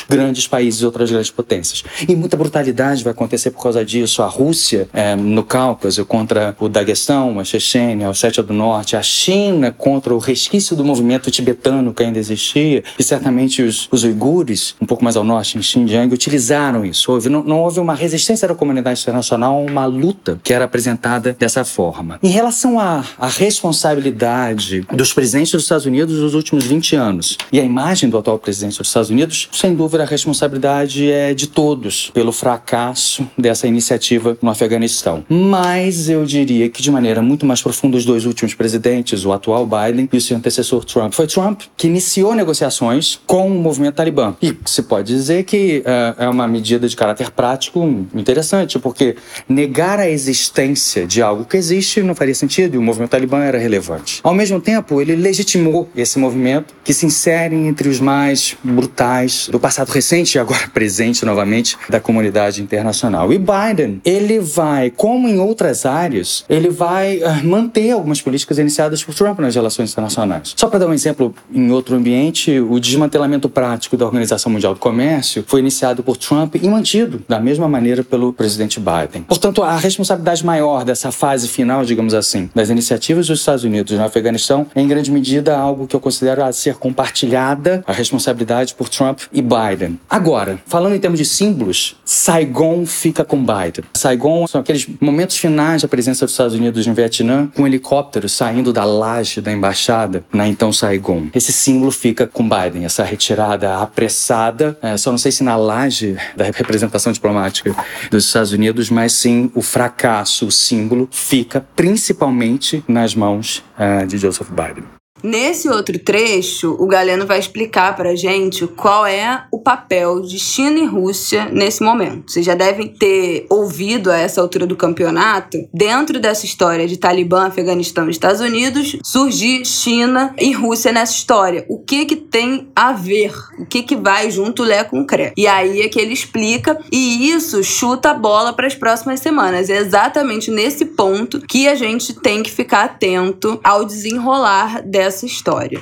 Speaker 4: grandes países e outras grandes potências. E muita brutalidade vai acontecer por causa disso. A Rússia, é, no Cáucaso, contra o Daguestão, a Chechênia, a Ossétia do Norte, a China contra o resquício do movimento tibetano que ainda existia, e certamente os, os uigures, um pouco mais ao norte, em Xinjiang, utilizaram isso. Houve, não, não houve uma resistência da comunidade internacional a uma luta que era apresentada dessa forma. Em relação à, à responsabilidade dos presidentes dos Estados Unidos nos últimos vinte anos e a imagem do atual presidente dos Estados Unidos, sem dúvida a responsabilidade é de todos pelo fracasso dessa iniciativa no Afeganistão. Mas eu diria que de maneira muito mais profunda os dois últimos presidentes, o atual Biden e o seu antecessor Trump. Foi Trump que iniciou negociações com o movimento talibã. E se pode dizer que uh, é uma medida de caráter prático interessante, porque negar a existência de algo que existe não faria sentido e o movimento talibã era relevante. Ao mesmo tempo, ele legitimou esse movimento que se insere entre os mais brutais do passado recente e agora presente novamente da comunidade internacional. E Biden, ele vai, como em outras áreas, ele vai uh, manter algumas políticas iniciadas por Trump nas relações internacionais. Só para dar um exemplo, em outro ambiente, o desmantelamento prático da Organização Mundial do Comércio foi iniciado por Trump e mantido da mesma maneira pelo presidente Biden. Portanto, a responsabilidade maior dessa fase final, digamos assim, das iniciativas dos Estados Unidos no Afeganistão é em grande medida algo que eu considero a ser compartilhada, a responsabilidade por Trump e Biden. Agora, falando em termos de símbolos, Saigon fica com Biden. Saigon são aqueles momentos finais da presença dos Estados Unidos no Vietnã, com um helicóptero saindo da laje da embaixada na então Saigon. Esse símbolo fica com Biden, essa retirada apressada, é, só não sei se na laje da representação diplomática dos Estados Unidos, mas sim o fracasso, o símbolo, fica principalmente nas mãos uh, de Joseph Biden.
Speaker 1: Nesse outro trecho, o Galeno vai explicar pra gente qual é o papel de China e Rússia nesse momento. Vocês já devem ter ouvido a essa altura do campeonato, dentro dessa história de Talibã, Afeganistão e Estados Unidos, surgir China e Rússia nessa história. O que que tem a ver? O que que vai junto Lé com Cré? E aí é que ele explica, e isso chuta a bola para as próximas semanas. É exatamente nesse ponto que a gente tem que ficar atento ao desenrolar dessa essa história.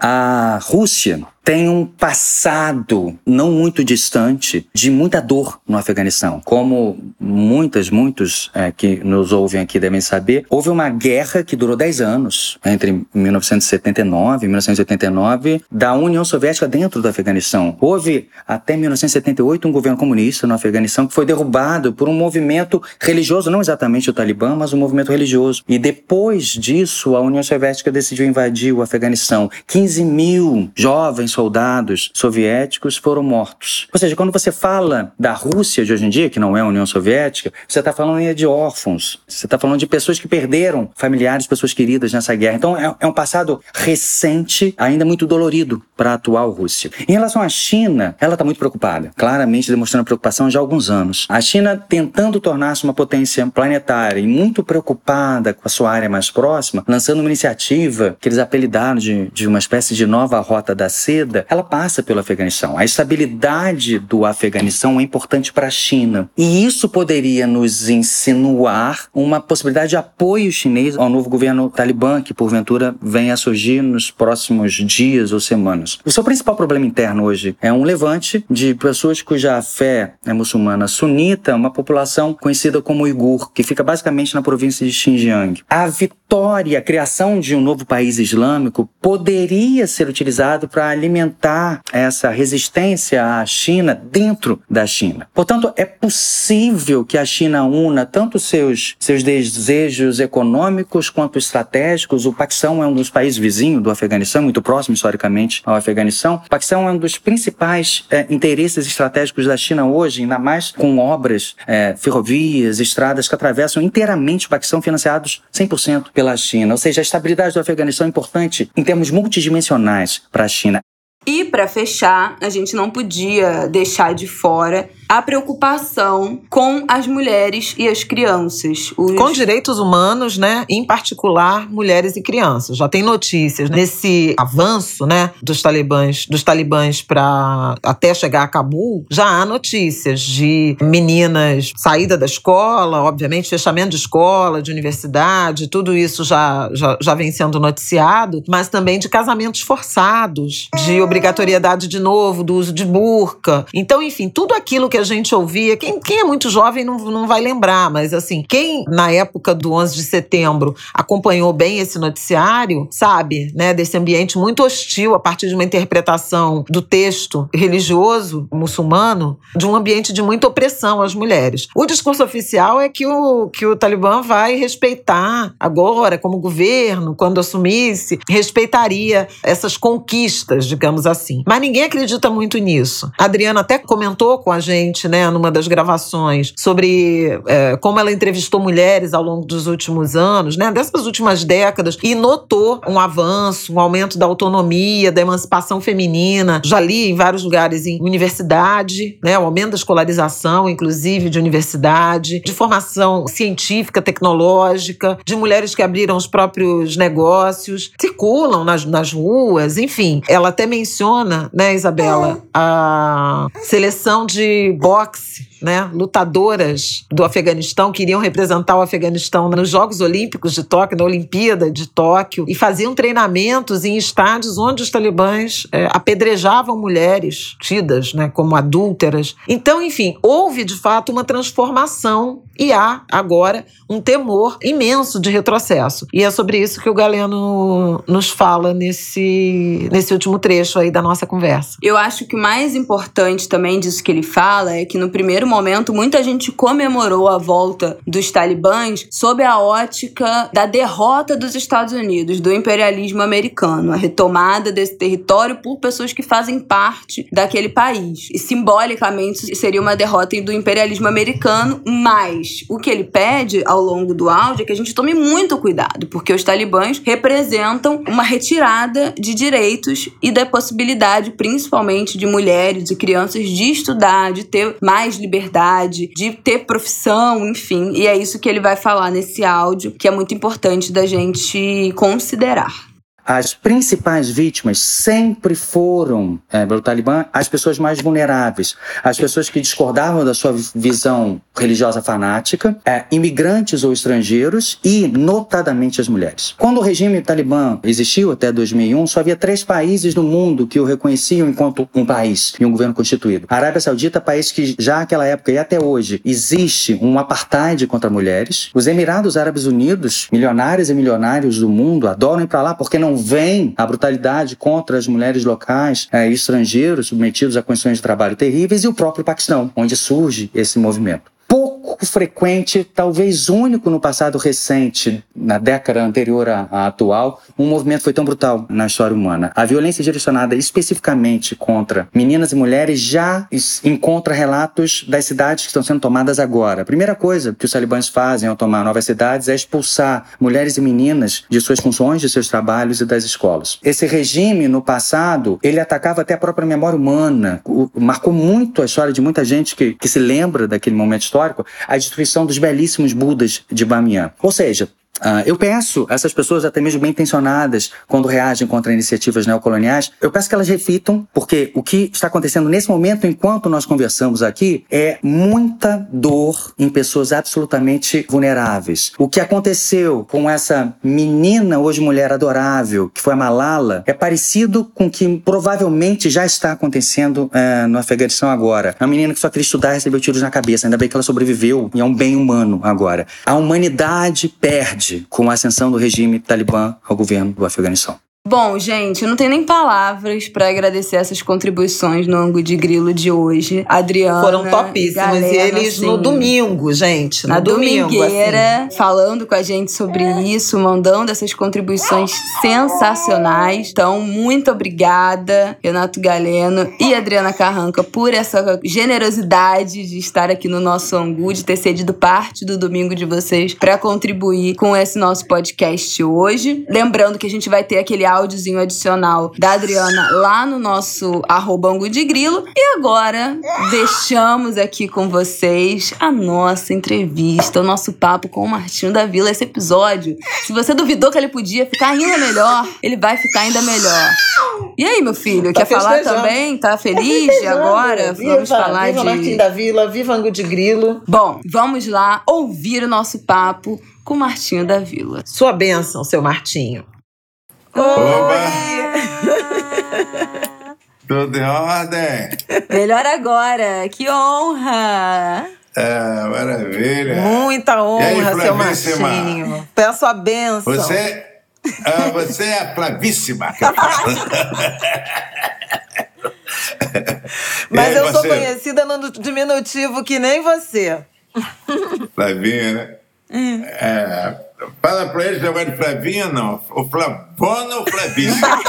Speaker 4: A Rússia tem um passado não muito distante de muita dor no Afeganistão. Como muitas, muitos é, que nos ouvem aqui devem saber, houve uma guerra que durou dez anos, entre mil novecentos e setenta e nove e mil novecentos e oitenta e nove, da União Soviética dentro do Afeganistão. Houve, até mil novecentos e setenta e oito, um governo comunista no Afeganistão que foi derrubado por um movimento religioso, não exatamente o Talibã, mas um movimento religioso. E depois disso, a União Soviética decidiu invadir o Afeganistão. quinze mil jovens soldados soviéticos foram mortos. Ou seja, quando você fala da Rússia de hoje em dia, que não é a União Soviética, você está falando de órfãos, você está falando de pessoas que perderam familiares, pessoas queridas nessa guerra. Então é, é um passado recente, ainda muito dolorido para a atual Rússia. Em relação à China, ela está muito preocupada, claramente demonstrando preocupação já há alguns anos. A China tentando tornar-se uma potência planetária e muito preocupada com a sua área mais próxima, lançando uma iniciativa que eles apelidaram de, de uma espécie de nova rota da seda, ela passa pelo Afeganistão. A estabilidade do Afeganistão é importante para a China. E isso poderia nos insinuar uma possibilidade de apoio chinês ao novo governo talibã, que porventura venha a surgir nos próximos dias ou semanas. O seu principal problema interno hoje é um levante de pessoas cuja fé é muçulmana sunita, uma população conhecida como uigur, que fica basicamente na província de Xinjiang. A vitória, a criação de um novo país islâmico poderia ser utilizado para alimentar essa resistência à China dentro da China. Portanto, é possível que a China una tanto seus, seus desejos econômicos quanto estratégicos. O Paquistão é um dos países vizinhos do Afeganistão, muito próximo historicamente ao Afeganistão. O Paquistão é um dos principais é, interesses estratégicos da China hoje, ainda mais com obras, é, ferrovias, estradas que atravessam inteiramente o Paquistão, financiados cem por cento pela China. Ou seja, a estabilidade do Afeganistão é importante em termos multidimensionais para a China.
Speaker 1: E, para fechar, a gente não podia deixar de fora a preocupação com as mulheres e as crianças. Os...
Speaker 2: Com direitos humanos, né? Em particular, mulheres e crianças. Já tem notícias nesse avanço, né, dos talibãs, dos talibãs para até chegar a Cabul. Já há notícias de meninas, saída da escola, obviamente, fechamento de escola, de universidade, tudo isso já, já, já vem sendo noticiado, mas também de casamentos forçados, de obrigatoriedade de novo, do uso de burca. Então, enfim, tudo aquilo que a gente ouvia, quem, quem é muito jovem não, não vai lembrar, mas assim, quem na época do onze de setembro acompanhou bem esse noticiário, sabe, né, desse ambiente muito hostil a partir de uma interpretação do texto religioso muçulmano, de um ambiente de muita opressão às mulheres. O discurso oficial é que o, que o Talibã vai respeitar agora, como governo, quando assumisse, respeitaria essas conquistas, digamos assim. Mas ninguém acredita muito nisso. A Adriana até comentou com a gente, né, numa das gravações, sobre é, como ela entrevistou mulheres ao longo dos últimos anos, né, dessas últimas décadas, e notou um avanço, um aumento da autonomia, da emancipação feminina. Já li em vários lugares, em universidade, né, o aumento da escolarização, inclusive de universidade, de formação científica, tecnológica, de mulheres que abriram os próprios negócios, circulam nas, nas ruas, enfim. Ela até menciona, né, Isabela, a seleção de boxe, né, lutadoras do Afeganistão que iriam representar o Afeganistão nos Jogos Olímpicos de Tóquio, na Olimpíada de Tóquio, e faziam treinamentos em estádios onde os talibãs é, apedrejavam mulheres tidas, né, como adúlteras. Então, enfim, houve de fato uma transformação e há agora um temor imenso de retrocesso. E é sobre isso que o Galeno nos fala nesse, nesse último trecho aí da nossa conversa.
Speaker 1: Eu acho que o mais importante também disso que ele fala é que no primeiro momento muita gente comemorou a volta dos talibãs sob a ótica da derrota dos Estados Unidos, do imperialismo americano, a retomada desse território por pessoas que fazem parte daquele país. E simbolicamente seria uma derrota do imperialismo americano, mas o que ele pede ao longo do áudio é que a gente tome muito cuidado, porque os talibãs representam uma retirada de direitos e da possibilidade, principalmente de mulheres e crianças, de estudar, de ter mais liberdade, de ter profissão, enfim. E é isso que ele vai falar nesse áudio, que é muito importante da gente considerar.
Speaker 4: As principais vítimas sempre foram, é, pelo Talibã, as pessoas mais vulneráveis, as pessoas que discordavam da sua visão religiosa fanática, é, imigrantes ou estrangeiros e, notadamente, as mulheres. Quando o regime Talibã existiu até dois mil e um, só havia três países no mundo que o reconheciam enquanto um país e um governo constituído. A Arábia Saudita, país que já naquela época e até hoje existe um apartheid contra mulheres. Os Emirados Árabes Unidos, milionários e milionários do mundo, adoram ir para lá porque não vem a brutalidade contra as mulheres locais e é, estrangeiros submetidos a condições de trabalho terríveis, e o próprio Paquistão, onde surge esse movimento. Pouco frequente, talvez único no passado recente, na década anterior à, à atual, um movimento foi tão brutal na história humana. A violência direcionada especificamente contra meninas e mulheres já encontra relatos das cidades que estão sendo tomadas agora. A primeira coisa que os talibãs fazem ao tomar novas cidades é expulsar mulheres e meninas de suas funções, de seus trabalhos e das escolas. Esse regime, no passado, ele atacava até a própria memória humana. O, marcou muito a história de muita gente que, que se lembra daquele momento histórico, a destruição dos belíssimos Budas de Bamiyan. Ou seja, Uh, eu peço a essas pessoas, até mesmo bem intencionadas, quando reagem contra iniciativas neocoloniais, eu peço que elas reflitam, porque o que está acontecendo nesse momento, enquanto nós conversamos aqui, é muita dor em pessoas absolutamente vulneráveis. O que aconteceu com essa menina, hoje mulher adorável, que foi a Malala, é parecido com o que provavelmente já está acontecendo uh, no Afeganistão agora. Uma menina que só queria estudar e recebeu tiros na cabeça, ainda bem que ela sobreviveu e é um bem humano agora. A humanidade perde com a ascensão do regime talibã ao governo do Afeganistão.
Speaker 1: Bom, gente, eu não tenho nem palavras para agradecer essas contribuições no Ângulo de Grilo de hoje. Adriana,
Speaker 2: foram topíssimos.
Speaker 1: Galena,
Speaker 2: e eles
Speaker 1: assim,
Speaker 2: no domingo, gente. No
Speaker 1: na
Speaker 2: domingo,
Speaker 1: domingueira,
Speaker 2: assim.
Speaker 1: falando com a gente sobre isso, mandando essas contribuições sensacionais. Então, muito obrigada, Renato Galeno e Adriana Carranca, por essa generosidade de estar aqui no nosso Angu, de ter cedido parte do domingo de vocês para contribuir com esse nosso podcast hoje. Lembrando que a gente vai ter aquele áudio áudiozinho adicional da Adriana lá no nosso arroba Angu de Grilo. E agora, deixamos aqui com vocês a nossa entrevista, o nosso papo com o Martinho da Vila. Esse episódio, se você duvidou que ele podia ficar ainda melhor, ele vai ficar ainda melhor. E aí, meu filho,
Speaker 2: tá
Speaker 1: quer falar
Speaker 2: festejando.
Speaker 1: também? Tá feliz de agora?
Speaker 2: Viva,
Speaker 1: Vamos falar
Speaker 2: viva
Speaker 1: de...
Speaker 2: Martinho da Vila, viva Angu de Grilo.
Speaker 1: Bom, vamos lá ouvir o nosso papo com o Martinho da Vila.
Speaker 2: Sua bênção, seu Martinho.
Speaker 5: Oba! Tudo em ordem?
Speaker 1: Melhor agora, que honra!
Speaker 5: É, maravilha.
Speaker 2: Muita honra,
Speaker 5: aí,
Speaker 2: seu
Speaker 5: Flavíssima?
Speaker 2: Martinho. Peço a bênção.
Speaker 5: Você, ah, você é a Flavíssima.
Speaker 2: Mas
Speaker 5: aí,
Speaker 2: eu sou
Speaker 5: você?
Speaker 2: conhecida no diminutivo que nem você.
Speaker 5: Flavinha, né?
Speaker 2: Hum.
Speaker 5: É, fala pra ele chamar de Flavinha, não. O Flavona ou Flavíssima?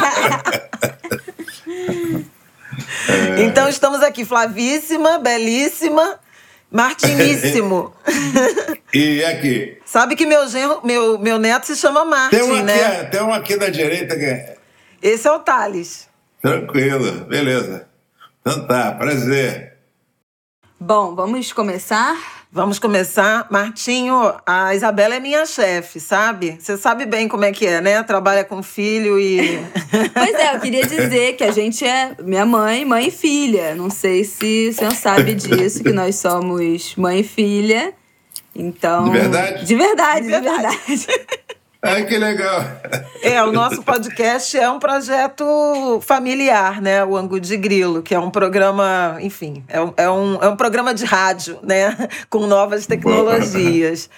Speaker 2: É. Então estamos aqui, Flavíssima, belíssima, Martiníssimo.
Speaker 5: E aqui?
Speaker 2: Sabe que meu, genro, meu, meu neto se chama Martin,
Speaker 5: Tem um aqui,
Speaker 2: né?
Speaker 5: tem um aqui da direita que é...
Speaker 2: Esse é o Thales.
Speaker 5: Tranquilo, beleza. Então tá, prazer.
Speaker 1: Bom, vamos começar?
Speaker 2: Vamos começar. Martinho, a Isabela é minha chefe, sabe? Você sabe bem como é que é, né? Trabalha com filho e...
Speaker 1: Pois é, eu queria dizer que a gente é minha mãe, mãe e filha. Não sei se o senhor sabe disso, que nós somos mãe e filha. Então...
Speaker 5: De verdade?
Speaker 1: De verdade, de
Speaker 2: De
Speaker 1: verdade.
Speaker 2: verdade.
Speaker 5: Ai, que legal.
Speaker 2: É, o nosso podcast é um projeto familiar, né? O Angu de Grilo, que é um programa, enfim, é um, é um, é um programa de rádio, né? Com novas tecnologias.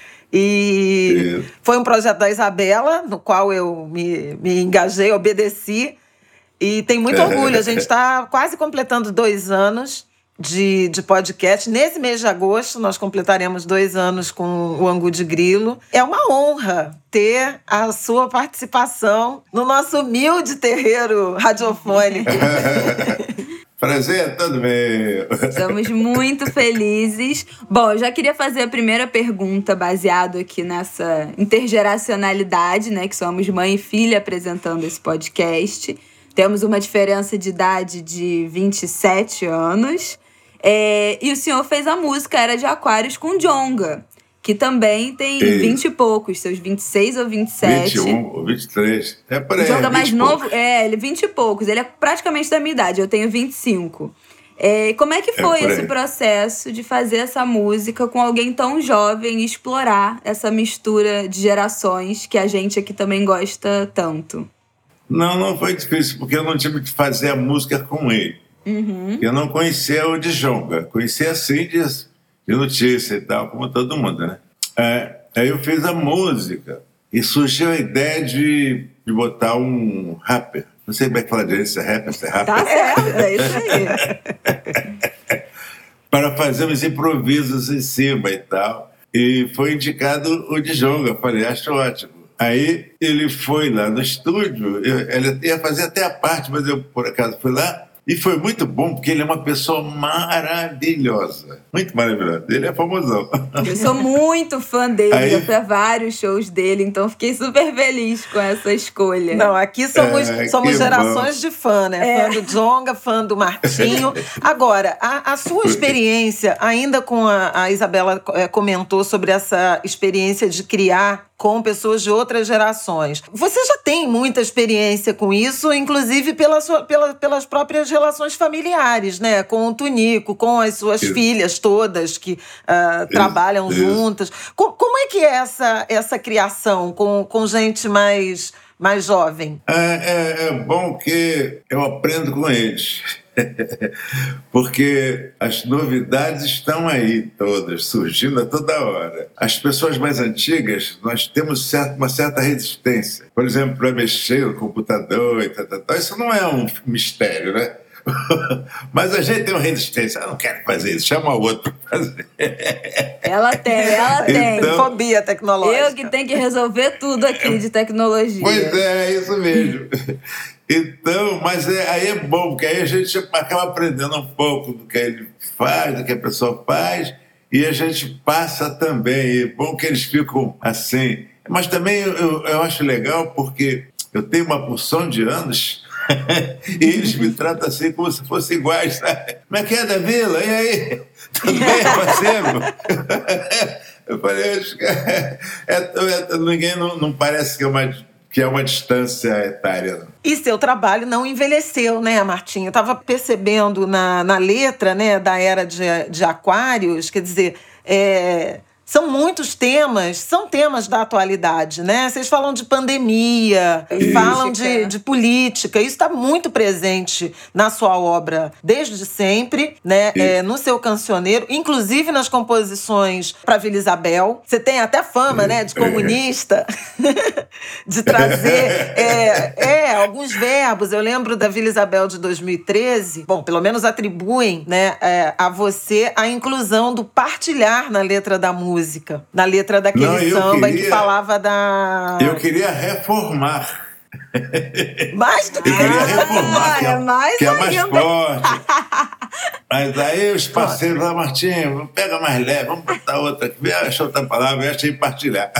Speaker 2: E
Speaker 5: Isso.
Speaker 2: foi um projeto da Isabela, no qual eu me, me engajei, obedeci. E tem muito orgulho. A gente está quase completando dois anos de, de podcast. Nesse mês de agosto, nós completaremos dois anos com o Angu de Grilo. É uma honra ter a sua participação no nosso humilde terreiro radiofônico.
Speaker 5: Prazer é todo meu.
Speaker 1: Estamos muito felizes. Bom, eu já queria fazer a primeira pergunta baseado aqui nessa intergeracionalidade, né? Que somos mãe e filha apresentando esse podcast. Temos uma diferença de idade de vinte e sete anos. É, e o senhor fez a música Era de Aquários com Djonga, que também tem
Speaker 5: Isso.
Speaker 1: vinte e poucos, seus vinte e seis ou vinte e sete.
Speaker 5: vinte e um ou vinte e três. É por aí.
Speaker 1: O Djonga mais
Speaker 5: vinte e
Speaker 1: novo,
Speaker 5: poucos.
Speaker 1: é, ele é vinte e poucos. Ele é praticamente da minha idade, eu tenho vinte e cinco. É, como é que foi
Speaker 5: por aí.
Speaker 1: esse processo de fazer essa música com alguém tão jovem e explorar essa mistura de gerações que a gente aqui também gosta tanto?
Speaker 5: Não, não foi difícil, porque eu não tive que fazer a música com ele.
Speaker 1: Uhum.
Speaker 5: Eu não conhecia o Djonga. Conhecia assim de, de notícia e tal, como todo mundo, né? É, aí eu fiz a música e surgiu a ideia de, de botar um rapper. Não sei como é que fala direito, se é rapper, se é rapper.
Speaker 1: Tá certo, é isso aí.
Speaker 5: Para fazer uns improvisos em cima e tal. E foi indicado o Djonga. Eu falei, acho ótimo. Aí ele foi lá no estúdio, eu, ele ia fazer até a parte, mas eu por acaso fui lá. E foi muito bom, porque ele é uma pessoa maravilhosa. Muito maravilhosa. Ele é famosão.
Speaker 1: Eu sou muito fã dele,
Speaker 5: Aí-
Speaker 1: já fui a vários shows dele, então fiquei super feliz com essa escolha.
Speaker 2: Não, aqui somos,
Speaker 5: É,
Speaker 2: somos
Speaker 5: que
Speaker 2: gerações de fã, né?
Speaker 1: É.
Speaker 2: Fã do Djonga, fã do Martinho. Agora, a, a sua experiência, ainda com a, a Isabela é, comentou sobre essa experiência de criar com pessoas de outras gerações. Você já tem muita experiência com isso, inclusive pela sua, pela, pelas próprias relações familiares, né? Com o Tunico, com as suas
Speaker 5: Isso.
Speaker 2: filhas todas que ah, trabalham
Speaker 5: isso.
Speaker 2: juntas. Co- como é que é essa, essa criação com, com gente mais, mais jovem?
Speaker 5: É, é, é bom que eu aprendo com eles. Porque as novidades estão aí todas, surgindo a toda hora. As pessoas mais antigas, nós temos certo, uma certa resistência. Por exemplo, para mexer no computador e tal, tal, tal. Isso não é um mistério, né? Mas a gente tem uma resistência. Eu não quero fazer isso, chama o outro para fazer.
Speaker 1: Ela tem, ela tem.
Speaker 5: Então-
Speaker 2: Fobia tecnológica.
Speaker 1: Eu que tenho que resolver tudo aqui de tecnologia.
Speaker 5: Pois é, é isso mesmo. Então, mas é, aí é bom, porque aí a gente acaba aprendendo um pouco do que ele faz, do que a pessoa faz, e a gente passa também. E é bom que eles ficam assim. Mas também eu, eu acho legal porque eu tenho uma porção de anos e eles me tratam assim como se fossem iguais, sabe? Como é que é, da Vila? E aí? Tudo bem, parceiro? Eu falei, acho que é, é, é, ninguém não, não parece que é, uma, que é uma distância etária. Não.
Speaker 2: E seu trabalho não envelheceu, né, Martinho? Eu estava percebendo na, na letra, né, da Era de, de Aquários, quer dizer, é, são muitos temas, são temas da atualidade, né? Vocês falam de pandemia, isso. falam de, de política, isso está muito presente na sua obra desde sempre, né? É, no seu cancioneiro, inclusive nas composições para Vila Isabel. Você tem até fama, né, de comunista, de trazer é, é, alguns verbos. Eu lembro da Vila Isabel de dois mil e treze, bom, pelo menos atribuem, né, é, a você a inclusão do partilhar na letra da música. Música, na letra daquele Não, samba queria, que falava da...
Speaker 5: Eu queria reformar.
Speaker 2: Mais do que...
Speaker 5: Eu queria reformar, que é,
Speaker 1: é mais,
Speaker 5: que é mais forte. Mas aí os parceiros lá, Martinho, pega mais leve, vamos botar outra aqui, acha outra palavra, acha em partilhar.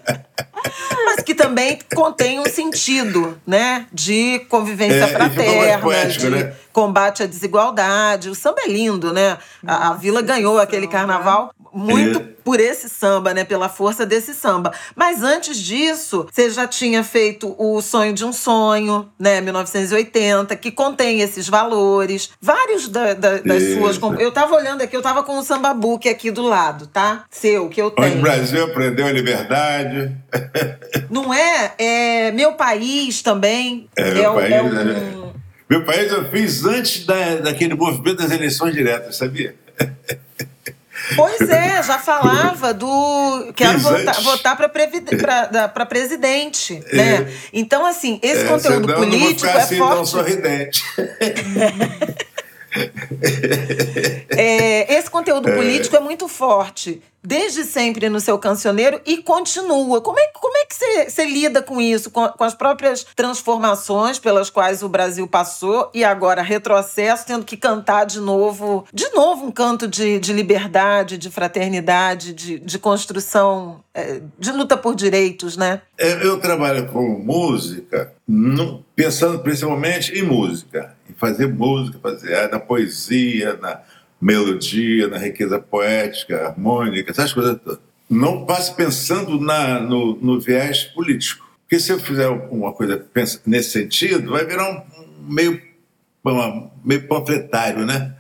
Speaker 2: Mas que também contém um sentido, né, de convivência é, fraterna, poético, de né? combate à desigualdade. O samba é lindo, né? Nossa, a, a Vila ganhou aquele carnaval muito é. por esse samba, né? Pela força desse samba. Mas antes disso, você já tinha feito o Sonho de um Sonho, né? mil novecentos e oitenta, que contém esses valores. Vários da, da, das Isso. suas... Eu tava olhando aqui, eu tava com o Samba Book aqui do lado, tá? Seu, que eu tenho.
Speaker 5: Onde o Brasil aprendeu a liberdade.
Speaker 2: Não é? É Meu País também.
Speaker 5: É, meu
Speaker 2: é,
Speaker 5: país,
Speaker 2: é um...
Speaker 5: né? Meu País eu fiz antes da, daquele movimento das eleições diretas, sabia?
Speaker 2: Pois é, já falava do... Quero votar, votar para presidente, é. né? Então, assim, esse é, conteúdo
Speaker 5: senão
Speaker 2: político
Speaker 5: não vou ficar
Speaker 2: é
Speaker 5: assim,
Speaker 2: forte.
Speaker 5: Não sorridente.
Speaker 2: É, esse conteúdo é. político é muito forte, desde sempre no seu cancioneiro e continua. Como é, como é que você, você lida com isso, com, com as próprias transformações pelas quais o Brasil passou e agora retrocesso, tendo que cantar de novo, de novo um canto de, de liberdade, de fraternidade, de, de construção, é, de luta por direitos, né?
Speaker 5: Eu trabalho com música, pensando principalmente em música, em fazer música, fazer na poesia, na melodia, na riqueza poética, harmônica, essas coisas todas. Não passe pensando na, no, no viés político. Porque se eu fizer uma coisa nesse sentido, vai virar um meio, uma, meio panfletário, né?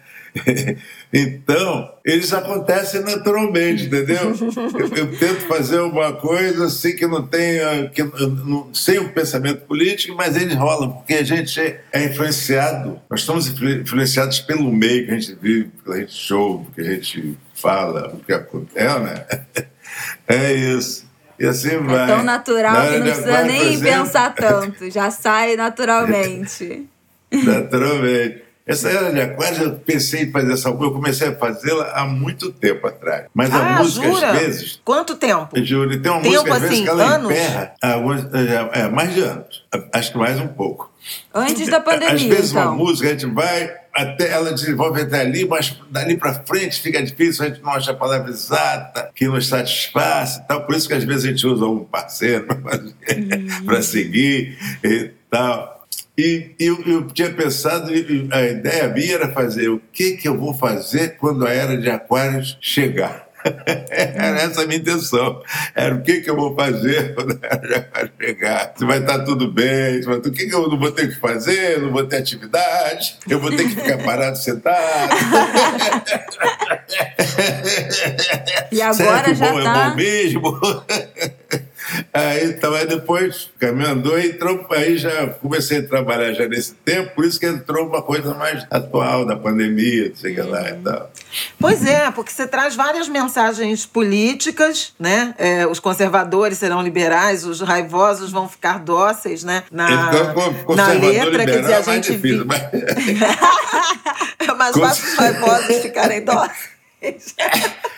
Speaker 5: Então, eles acontecem naturalmente, entendeu? Eu, eu tento fazer uma coisa assim que não tenha, que, não, sem um pensamento político, mas eles rolam, porque a gente é influenciado, nós estamos influenciados pelo meio que a gente vive, que a gente ouve, que a gente fala, o que acontece, né? É isso. E assim vai.
Speaker 1: É tão natural que não precisa nem pensar tanto, já sai naturalmente.
Speaker 5: Naturalmente. Essa Era de Aquários, eu pensei em fazer essa... Eu comecei a fazê-la há muito tempo atrás. Mas
Speaker 2: ah,
Speaker 5: a música,
Speaker 2: jura?
Speaker 5: às vezes...
Speaker 2: Quanto tempo?
Speaker 5: Eu juro. Tem uma
Speaker 2: tempo,
Speaker 5: música, às
Speaker 2: assim,
Speaker 5: vezes, que ela
Speaker 2: anos?
Speaker 5: emperra... Alguns, é, mais de anos. Acho que mais um pouco.
Speaker 1: Antes da pandemia,
Speaker 5: Às vezes,
Speaker 1: então.
Speaker 5: uma música, a gente vai... Até ela desenvolve até ali, mas dali para frente fica difícil, a gente não acha a palavra exata, que nos satisfaz e tal. Por isso que, às vezes, a gente usa um parceiro para uhum. seguir e tal... E eu, eu tinha pensado, a ideia minha era fazer o que, que eu vou fazer quando a Era de Aquários chegar. Era essa a minha intenção. Era o que, que eu vou fazer quando a Era de Aquários chegar. Se vai estar tudo bem, vai... o que, que eu não vou ter que fazer, eu não vou ter atividade, eu vou ter que ficar parado, sentado.
Speaker 1: E agora já
Speaker 5: bom,
Speaker 1: tá...
Speaker 5: é bom mesmo. Aí, então, aí depois caminhou e entrou, aí já comecei a trabalhar já nesse tempo, por isso que entrou uma coisa mais atual da pandemia, sei que lá e tal.
Speaker 2: Pois é, porque você traz várias mensagens políticas, né? É, os conservadores serão liberais, os raivosos vão ficar dóceis, né? Na,
Speaker 5: então,
Speaker 2: na letra, quer dizer, a
Speaker 5: é
Speaker 2: gente
Speaker 5: difícil,
Speaker 2: vi...
Speaker 5: mas...
Speaker 2: é mais fácil os raivosos ficarem dóceis.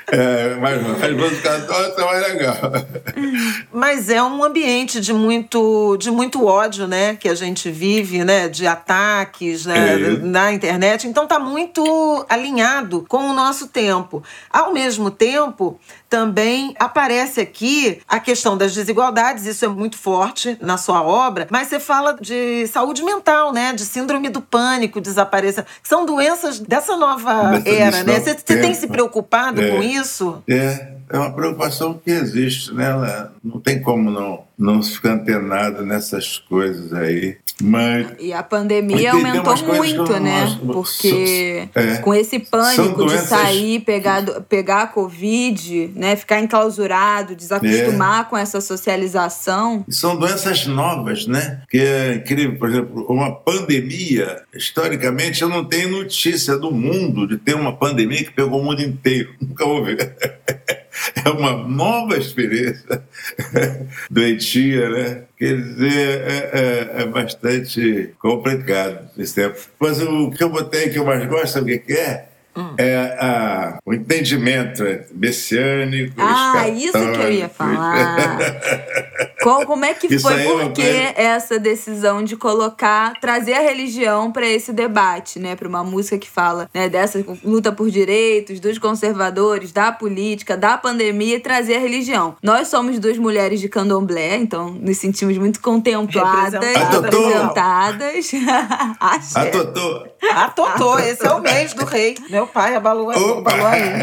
Speaker 5: É, mas as músicas católicas são mais legal.
Speaker 2: Mas é um ambiente de muito, de muito ódio, né? Que a gente vive, né? De ataques, né?
Speaker 5: É.
Speaker 2: Na internet. Então tá muito alinhado com o nosso tempo. Ao mesmo tempo, também aparece aqui a questão das desigualdades, isso é muito forte na sua obra, mas você fala de saúde mental, né? De síndrome do pânico, desaparecer. São doenças dessa nova
Speaker 5: Dessa,
Speaker 2: era, né?
Speaker 5: novo
Speaker 2: Você, você tem se
Speaker 5: tempo.
Speaker 2: preocupado
Speaker 5: É.
Speaker 2: com isso?
Speaker 5: É, é uma preocupação que existe, né? Ela não tem como não, não ficar antenado nessas coisas aí. Mas
Speaker 1: E a pandemia
Speaker 5: Entendeu
Speaker 1: aumentou
Speaker 5: umas coisas que
Speaker 1: muito,
Speaker 5: eu não
Speaker 1: né?
Speaker 5: acho-
Speaker 1: Porque
Speaker 5: É.
Speaker 1: com esse
Speaker 5: São
Speaker 1: pânico
Speaker 5: doenças-
Speaker 1: de sair, pegar, do- pegar a Covid, né? Ficar enclausurado, desacostumar com essa socialização.
Speaker 5: são doenças novas, né? Que é incrível. Por exemplo, uma pandemia, historicamente, eu não tenho notícia do mundo de ter uma pandemia que pegou o mundo inteiro. Nunca houve. É uma nova experiência doentia, né? Quer dizer, é, é, é bastante complicado esse tempo. Mas o que eu botei que eu mais gosto, sabe o que é? Hum. É a, o entendimento messiânico.
Speaker 1: Ah, isso que eu ia falar. Qual, como é que
Speaker 5: Isso
Speaker 1: foi,
Speaker 5: aí é uma
Speaker 1: por que
Speaker 5: coisa-
Speaker 1: essa decisão de colocar, trazer a religião para esse debate, né? Para uma música que fala, né, dessa luta por direitos, dos conservadores, da política, da pandemia, e trazer a religião. Nós somos duas mulheres de candomblé, então nos sentimos muito contempladas,
Speaker 2: Representadas.
Speaker 1: representadas. Axé.
Speaker 5: A Totô.
Speaker 2: Ah, Totô, esse é o mês do rei. Meu pai abalou,
Speaker 5: Opa!
Speaker 2: abalou aí.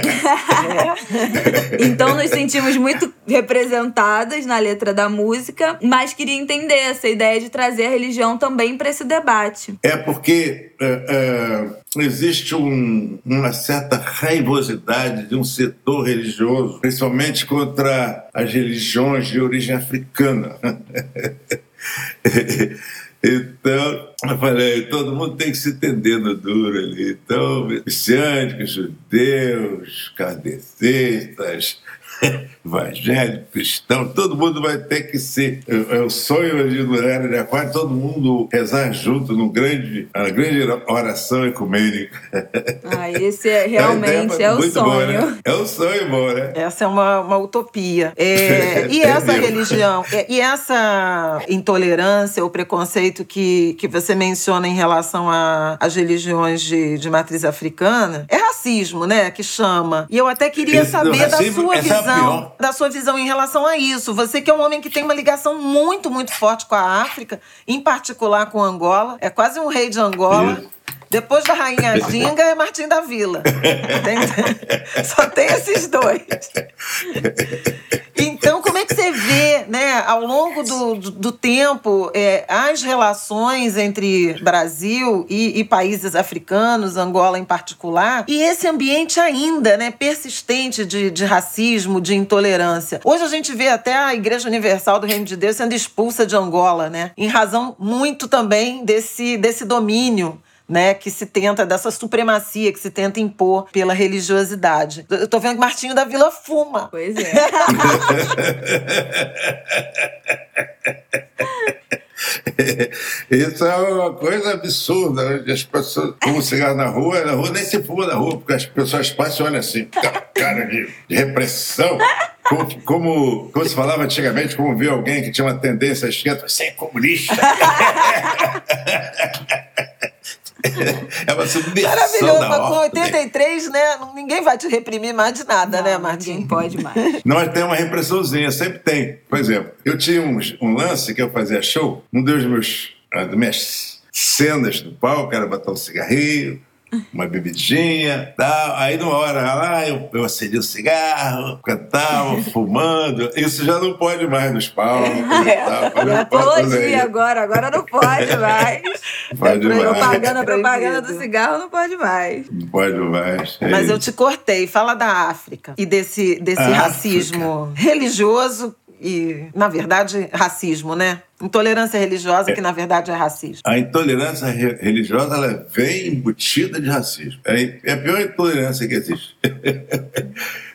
Speaker 1: Então nos sentimos muito representadas na letra da música, mas queria entender essa ideia de trazer a religião também para esse debate.
Speaker 5: É porque é, é, existe um, uma certa raivosidade de um setor religioso, principalmente contra as religiões de origem africana. Então, eu falei, todo mundo tem que se entender no duro ali. Então, messiânicos, judeus, kardecistas, evangélico, cristão, todo mundo vai ter que ser. É o sonho de do Era de Aquário, todo mundo rezar junto num grande, uma grande oração ecumênica.
Speaker 1: Ah, esse é, realmente é o
Speaker 5: Muito
Speaker 1: sonho.
Speaker 5: bom, né? É um sonho bom, né?
Speaker 2: Essa é uma, uma utopia. É, e essa
Speaker 5: Entendeu?
Speaker 2: religião, é, e essa intolerância, o preconceito que, que você menciona em relação às religiões de, de matriz africana, é racismo, né? Que chama. E eu até queria
Speaker 5: Esse do
Speaker 2: saber da
Speaker 5: racismo,
Speaker 2: sua
Speaker 5: essa é a
Speaker 2: visão,
Speaker 5: pior.
Speaker 2: da sua visão em relação a isso. Você que é um homem que tem uma ligação muito, muito forte com a África, em particular com Angola. É quase um rei de Angola.
Speaker 5: Isso.
Speaker 2: Depois da Rainha Ginga é Martim da Vila. Tem- só tem esses dois. Então, como é que você vê, né, ao longo do, do, do tempo, é, as relações entre Brasil e, e países africanos, Angola em particular, e esse ambiente ainda, né, persistente de, de racismo, de intolerância? Hoje a gente vê até a Igreja Universal do Reino de Deus sendo expulsa de Angola, né, em razão muito também desse, desse domínio, né, que se tenta, dessa supremacia que se tenta impor pela religiosidade. Eu tô vendo que Martinho da Vila fuma.
Speaker 1: Pois é.
Speaker 5: Isso é uma coisa absurda, né? As pessoas fumam cigarro na rua, na rua nem se fuma na rua, porque as pessoas passam e olham assim, cara de, de repressão. Como, como, como se falava antigamente, como ver alguém que tinha uma tendência à esquerda, você é comunista. É uma subversão
Speaker 2: Maravilhoso,
Speaker 5: da
Speaker 2: mas com
Speaker 5: ordem.
Speaker 2: oitenta e três, né, ninguém vai te reprimir mais de nada,
Speaker 1: Não,
Speaker 2: né,
Speaker 1: ninguém
Speaker 2: Martinho?
Speaker 1: pode mais.
Speaker 5: Não, mas tem uma repressãozinha, sempre tem. Por exemplo, eu tinha um, um lance que eu fazia show, um dos meus, ah, das minhas cenas do palco era botar um cigarrinho, uma bebidinha, tal. Aí numa hora lá eu, eu acendia o cigarro, cantava, fumando. Isso já não pode mais nos palcos.
Speaker 1: É,
Speaker 5: Tal, fazendo
Speaker 1: é
Speaker 5: palcos aí.
Speaker 1: apologia agora, agora não pode mais.
Speaker 5: Pode
Speaker 1: É
Speaker 5: mais.
Speaker 1: propaganda, propaganda do
Speaker 2: Proibido.
Speaker 1: cigarro não pode mais.
Speaker 5: Não pode mais. É
Speaker 2: Mas eu
Speaker 5: isso.
Speaker 2: te cortei. Fala da África e desse, desse
Speaker 5: A
Speaker 2: racismo religioso e, na verdade, racismo, né? Intolerância religiosa, que na verdade é racismo.
Speaker 5: A intolerância re- religiosa ela vem embutida de racismo. É é a pior intolerância que existe.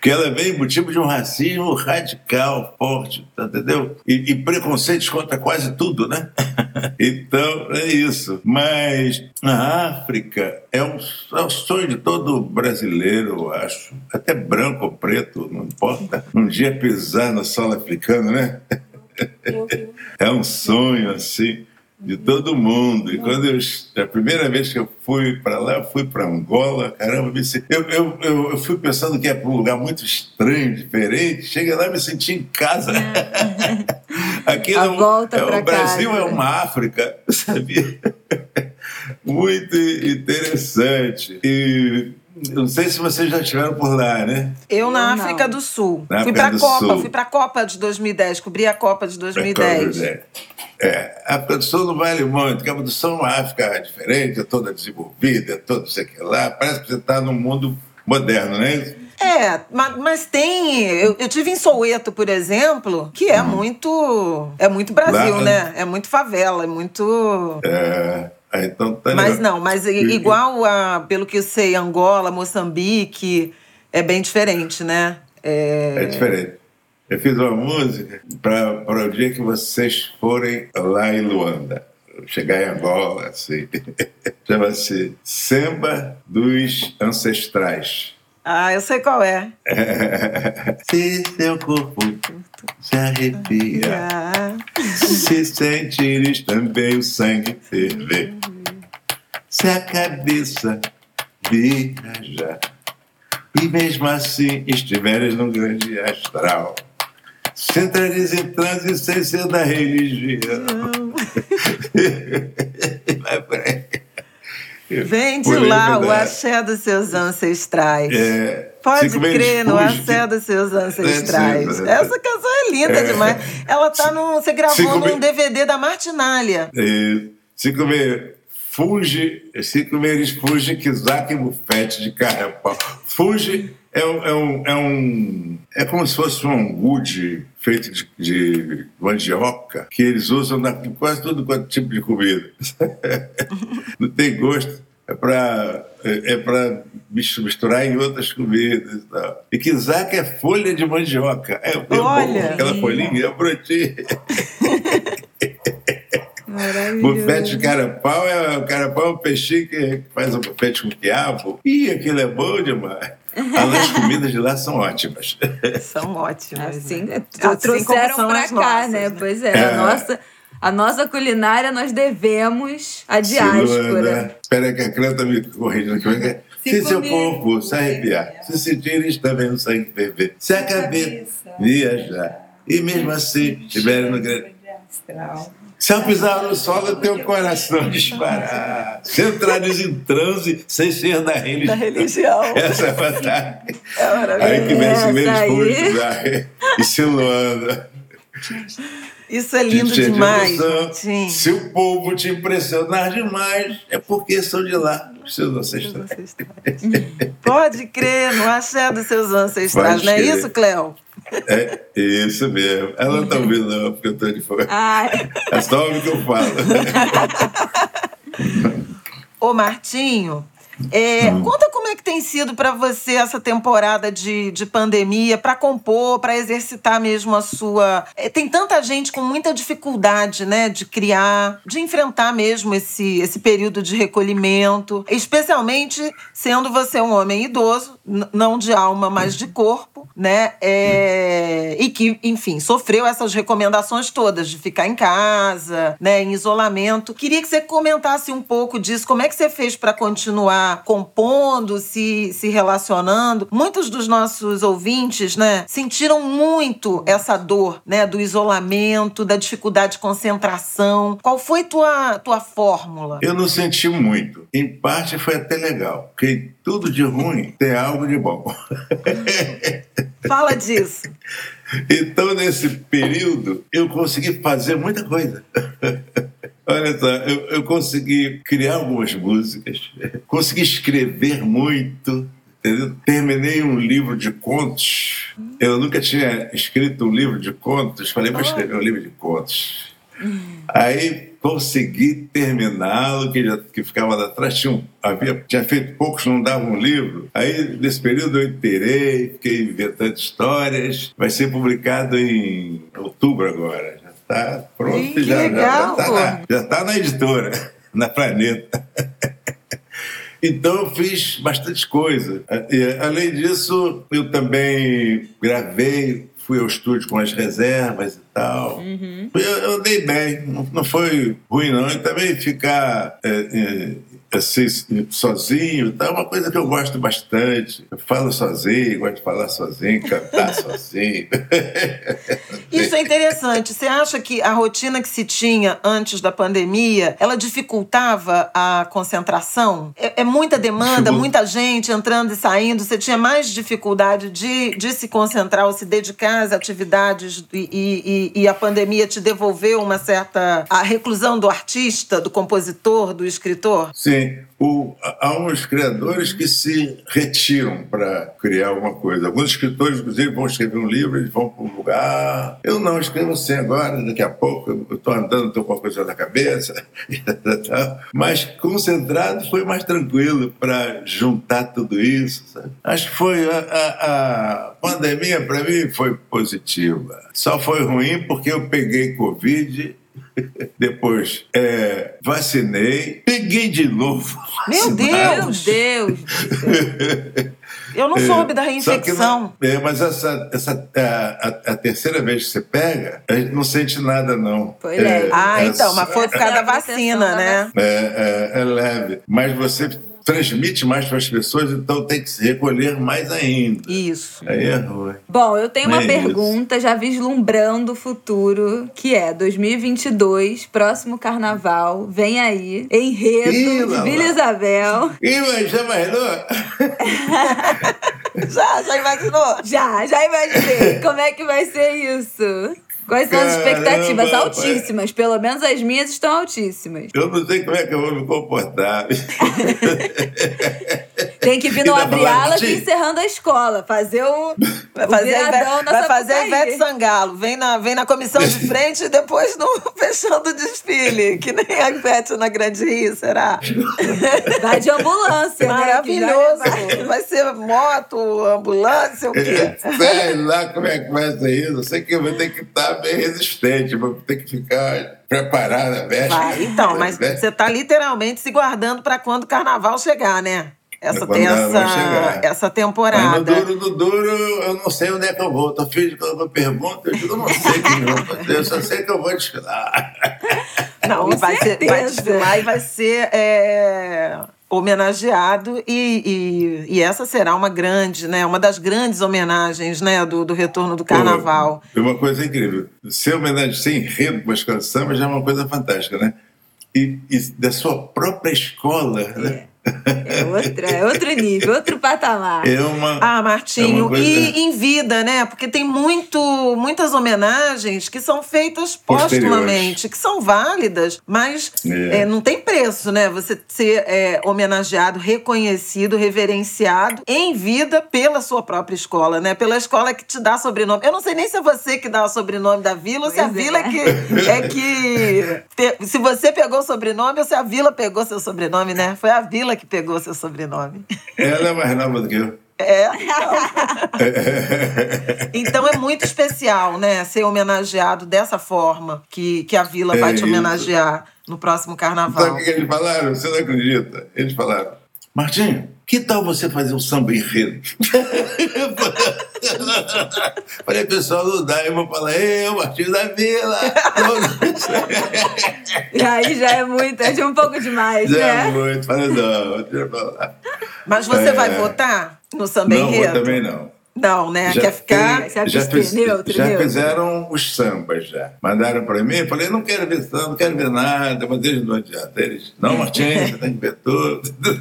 Speaker 5: Porque ela vem motivo de um racismo radical, forte, tá, entendeu? E, e preconceitos contra quase tudo, né? Então, é isso. Mas na África é um, é um sonho de todo brasileiro, eu acho. Até branco ou preto, não importa. Um dia pisar no solo africano, né? É um sonho, assim, de todo mundo. E quando eu, a primeira vez que eu fui para lá, eu fui para Angola, caramba, me senti, eu, eu, eu, eu fui pensando que é para um lugar muito estranho, diferente. Cheguei lá e me senti em casa. Aqui
Speaker 1: a
Speaker 5: não,
Speaker 1: volta
Speaker 5: é,
Speaker 1: pra
Speaker 5: o Brasil
Speaker 1: casa.
Speaker 5: É uma África, sabia? Muito interessante. E não sei se vocês já estiveram por lá, né?
Speaker 2: Eu na
Speaker 1: Eu
Speaker 2: África
Speaker 1: não.
Speaker 2: do Sul.
Speaker 5: Na
Speaker 2: fui
Speaker 5: África
Speaker 2: pra
Speaker 5: do
Speaker 2: Copa,
Speaker 5: Sul.
Speaker 2: fui pra Copa de dois mil e dez, cobri a Copa de dois mil e dez.
Speaker 5: É, a África do Sul não vale muito. A África do Sul é uma África diferente, é toda desenvolvida, é toda isso aqui lá. Parece que você está num mundo moderno, né?
Speaker 2: É, mas, mas tem... Eu, eu tive em Soweto, por exemplo, que é hum. muito... É muito Brasil, lá, né? É muito favela, é muito...
Speaker 5: É... Ah, então tá
Speaker 2: mas não, mas igual a, pelo que eu sei, Angola, Moçambique, é bem diferente, né?
Speaker 5: É, é diferente. Eu fiz uma música para o dia que vocês forem lá em Luanda, chegar em Angola, assim. Chama-se Samba dos Ancestrais.
Speaker 2: Ah, eu sei qual é.
Speaker 5: Se seu corpo se arrepia, se sentires também o sangue ferver, se a cabeça viajar e mesmo assim estiveres num grande astral, se entrares em transe sem ser da religião. Vai por aí.
Speaker 2: Vem de lá o axé dos seus ancestrais. É, Pode crer no axé dos seus ancestrais. É, essa canção é linda é, demais. Ela tá num, você gravou comer, num D V D da Martinália.
Speaker 5: É, se comer fuge, se comeres fuge, Kizaki Bufete de Carapau. Fuge é um, é um, é um... É como se fosse um angude feito de, de mandioca, que eles usam na, em quase todo tipo de comida. Não tem gosto. É para é, é para misturar em outras comidas e tal. E kizak é folha de mandioca. É, é
Speaker 2: Olha!
Speaker 5: Bom, aquela folhinha, é um brotinho. Bufete de carapau é, o carapau é um peixinho que faz um bufete com quiabo. Ih, aquilo é bom demais. As comidas de lá são ótimas.
Speaker 2: São ótimas.
Speaker 1: Assim,
Speaker 2: né?
Speaker 1: assim trouxeram para cá, nossas, né? né? Pois é, é. A, nossa, a nossa culinária nós devemos à diáspora.
Speaker 5: Espera que a Clã tá me corrigindo aqui. Se, se seu corpo se arrepiar, se sentires também o sangue ferver, se a cabeça viajar, e mesmo assim estiver no grande astral. Se eu pisar no solo, teu coração disparar. Se entrares em transe sem ser da religião.
Speaker 2: Da religião.
Speaker 5: Essa é fantástica.
Speaker 2: É maravilhoso.
Speaker 5: Aí que vem silêncio aí. E Siluanda.
Speaker 2: Isso é lindo de demais.
Speaker 5: De se o povo te impressionar demais, é porque são de lá, os seus ancestrais.
Speaker 2: Pode crer, no axé dos seus ancestrais, não é isso, Cléo?
Speaker 5: É isso mesmo. Ela não está ouvindo, não, porque eu estou de fora. É só o que eu falo.
Speaker 2: Ô, Martinho, é, hum. conta como é que tem sido para você essa temporada de, de pandemia, para compor, para exercitar mesmo a sua... É, tem tanta gente com muita dificuldade, né, de criar, de enfrentar mesmo esse, esse período de recolhimento, especialmente sendo você um homem idoso, n- não de alma, mas de corpo, né, é, e que, enfim, sofreu essas recomendações todas de ficar em casa, né, em isolamento. Queria que você comentasse um pouco disso, como é que você fez para continuar compondo, se, se relacionando. Muitos dos nossos ouvintes, né, sentiram muito essa dor, né, do isolamento, da dificuldade de concentração. Qual foi tua, tua fórmula?
Speaker 5: Eu não senti muito. Em parte foi até legal, porque tudo de ruim tem algo de bom.
Speaker 2: Fala disso.
Speaker 5: Então, nesse período, eu consegui fazer muita coisa. Olha só, eu, eu consegui criar algumas músicas, consegui escrever muito, entendeu? Terminei um livro de contos. Eu nunca tinha escrito um livro de contos, falei, vou escrever um livro de contos. Aí consegui terminá-lo, que, já, que ficava lá atrás, tinha, um, havia, tinha feito poucos, não dava um livro. Aí, nesse período, eu inteirei, fiquei inventando histórias. Vai ser publicado em outubro agora. Já está pronto,
Speaker 2: Ih, que
Speaker 5: já
Speaker 2: legal,
Speaker 5: está na, já tá na editora, na Planeta. Então, eu fiz bastante coisa. Além disso, eu também gravei, fui ao estúdio com as reservas e tal. Uhum. Eu, eu dei bem, não, não foi ruim, não. E também ficar é, é, assim, sozinho e tal, é uma coisa que eu gosto bastante. Eu falo sozinho, gosto de falar sozinho, cantar sozinho.
Speaker 2: Isso é interessante. Você acha que a rotina que se tinha antes da pandemia, ela dificultava a concentração? É, é muita demanda, Dificu... muita gente entrando e saindo. Você tinha mais dificuldade de, de se concentrar ou se dedicar às atividades e, e, e a pandemia te devolveu uma certa... a reclusão do artista, do compositor, do escritor?
Speaker 5: Sim. O, há uns criadores que se retiram para criar alguma coisa. Alguns escritores, inclusive, vão escrever um livro, eles vão para um lugar. Eu não escrevo assim agora, daqui a pouco, eu estou andando, estou com uma coisa na cabeça. Mas concentrado foi mais tranquilo para juntar tudo isso. Sabe? Acho que foi a, a, a pandemia, para mim, foi positiva. Só foi ruim porque eu peguei Covid. Depois é, vacinei, peguei de novo.
Speaker 2: Meu Deus!
Speaker 1: Meu Deus!
Speaker 2: Eu não soube é, da reinfecção.
Speaker 5: Não, é, mas essa, essa, a, a, a terceira vez que você pega, a gente não sente nada, não.
Speaker 1: Foi leve.
Speaker 5: É,
Speaker 2: ah,
Speaker 5: é,
Speaker 2: então, mas foi por causa da vacina, né?
Speaker 5: É, é, é leve. Mas você transmite mais para as pessoas, então tem que se recolher mais ainda.
Speaker 2: Isso.
Speaker 5: Aí é ruim.
Speaker 1: Bom, eu tenho uma
Speaker 5: é
Speaker 1: pergunta,
Speaker 5: isso.
Speaker 1: já vislumbrando o futuro, que é dois mil e vinte e dois, próximo carnaval, vem aí, enredo
Speaker 5: Ih,
Speaker 1: de Vila Isabel.
Speaker 5: Ih, mas já imaginou?
Speaker 2: já, já imaginou?
Speaker 1: Já, já imaginei. Como é que vai ser isso? Quais são as expectativas?
Speaker 5: Caramba,
Speaker 1: altíssimas. Pai. Pelo menos as minhas estão altíssimas.
Speaker 5: Eu não sei como é que eu vou me comportar.
Speaker 1: Tem que vir no Abre Alas e encerrando a escola. Fazer o,
Speaker 2: vai
Speaker 1: o
Speaker 2: fazer
Speaker 1: viradão
Speaker 2: Ivete,
Speaker 1: na
Speaker 2: Vai fazer a Ivete
Speaker 1: putaria.
Speaker 2: Sangalo. Vem na, vem na comissão de frente e depois no, fechando o desfile. Que nem a Ivete na Grande Rio, será?
Speaker 1: Vai de ambulância,
Speaker 2: Maravilhoso.
Speaker 1: Né?
Speaker 2: Vai ser moto, ambulância, o quê?
Speaker 5: Sei lá como é que vai ser isso. Eu sei que eu vou ter que estar bem resistente, vou ter que ficar preparada, véspera.
Speaker 2: Vai, então, mas você está literalmente se guardando para quando o carnaval chegar, né? Essa,
Speaker 5: Quando
Speaker 2: essa, essa temporada.
Speaker 5: Mas no duro, no duro, eu não sei onde é que eu vou. Tô filho de uma pergunta, eu digo, eu não sei o que eu vou fazer, eu só sei que eu vou desfilar.
Speaker 2: Não,
Speaker 1: Com
Speaker 2: vai, ser, vai
Speaker 1: certeza.
Speaker 2: desfilar e vai ser é, homenageado e, e, e essa será uma grande, né? Uma das grandes homenagens, né? Do, do retorno do carnaval.
Speaker 5: Pô, é uma coisa incrível. Ser homenagem sem enredo para as escola de samba já é uma coisa fantástica, né? E, e da sua própria escola,
Speaker 1: É.
Speaker 5: né?
Speaker 1: É, outra, é outro nível, outro patamar.
Speaker 5: É uma,
Speaker 2: Ah, Martinho,
Speaker 5: é uma coisa...
Speaker 2: e em vida, né? Porque tem muito, muitas homenagens que são feitas póstumamente, que são válidas, mas
Speaker 5: é.
Speaker 2: É, não tem preço, né? Você ser é, homenageado, reconhecido, reverenciado em vida pela sua própria escola, né? Pela escola que te dá sobrenome. Eu não sei nem se é você que dá o sobrenome da vila,
Speaker 1: Pois
Speaker 2: ou se a
Speaker 1: é.
Speaker 2: vila é que... É que te, se você pegou o sobrenome ou se a vila pegou seu sobrenome, né? Foi a vila que pegou seu sobrenome.
Speaker 5: Ela é mais nova do que eu.
Speaker 2: É, então. Então é muito especial, né? Ser homenageado dessa forma que, que a Vila
Speaker 5: É
Speaker 2: vai te
Speaker 5: isso.
Speaker 2: homenagear no próximo carnaval.
Speaker 5: Sabe o que eles falaram? Você não acredita? Eles falaram, Martinho, que tal você fazer um samba enredo? Falei, pessoal, não dá. Eu vou falar, eu, Martinho da Vila.
Speaker 1: E aí já é muito, é de um pouco demais,
Speaker 5: Já
Speaker 1: né?
Speaker 5: é muito. Falei, não, deixa eu falar.
Speaker 2: Mas você
Speaker 5: É.
Speaker 2: vai votar no samba
Speaker 5: Não,
Speaker 2: enredo?
Speaker 5: vou também não.
Speaker 2: Não, né?
Speaker 5: Já
Speaker 2: Quer ficar...
Speaker 5: tem-
Speaker 1: Se abster,
Speaker 5: já, fiz-
Speaker 1: neutro,
Speaker 5: já
Speaker 1: neutro.
Speaker 5: fizeram os sambas, já. Mandaram para mim, eu falei, não quero ver samba, não quero ver nada, mas eles não adianta. Eles, não, Martinho, você tem que ver tudo.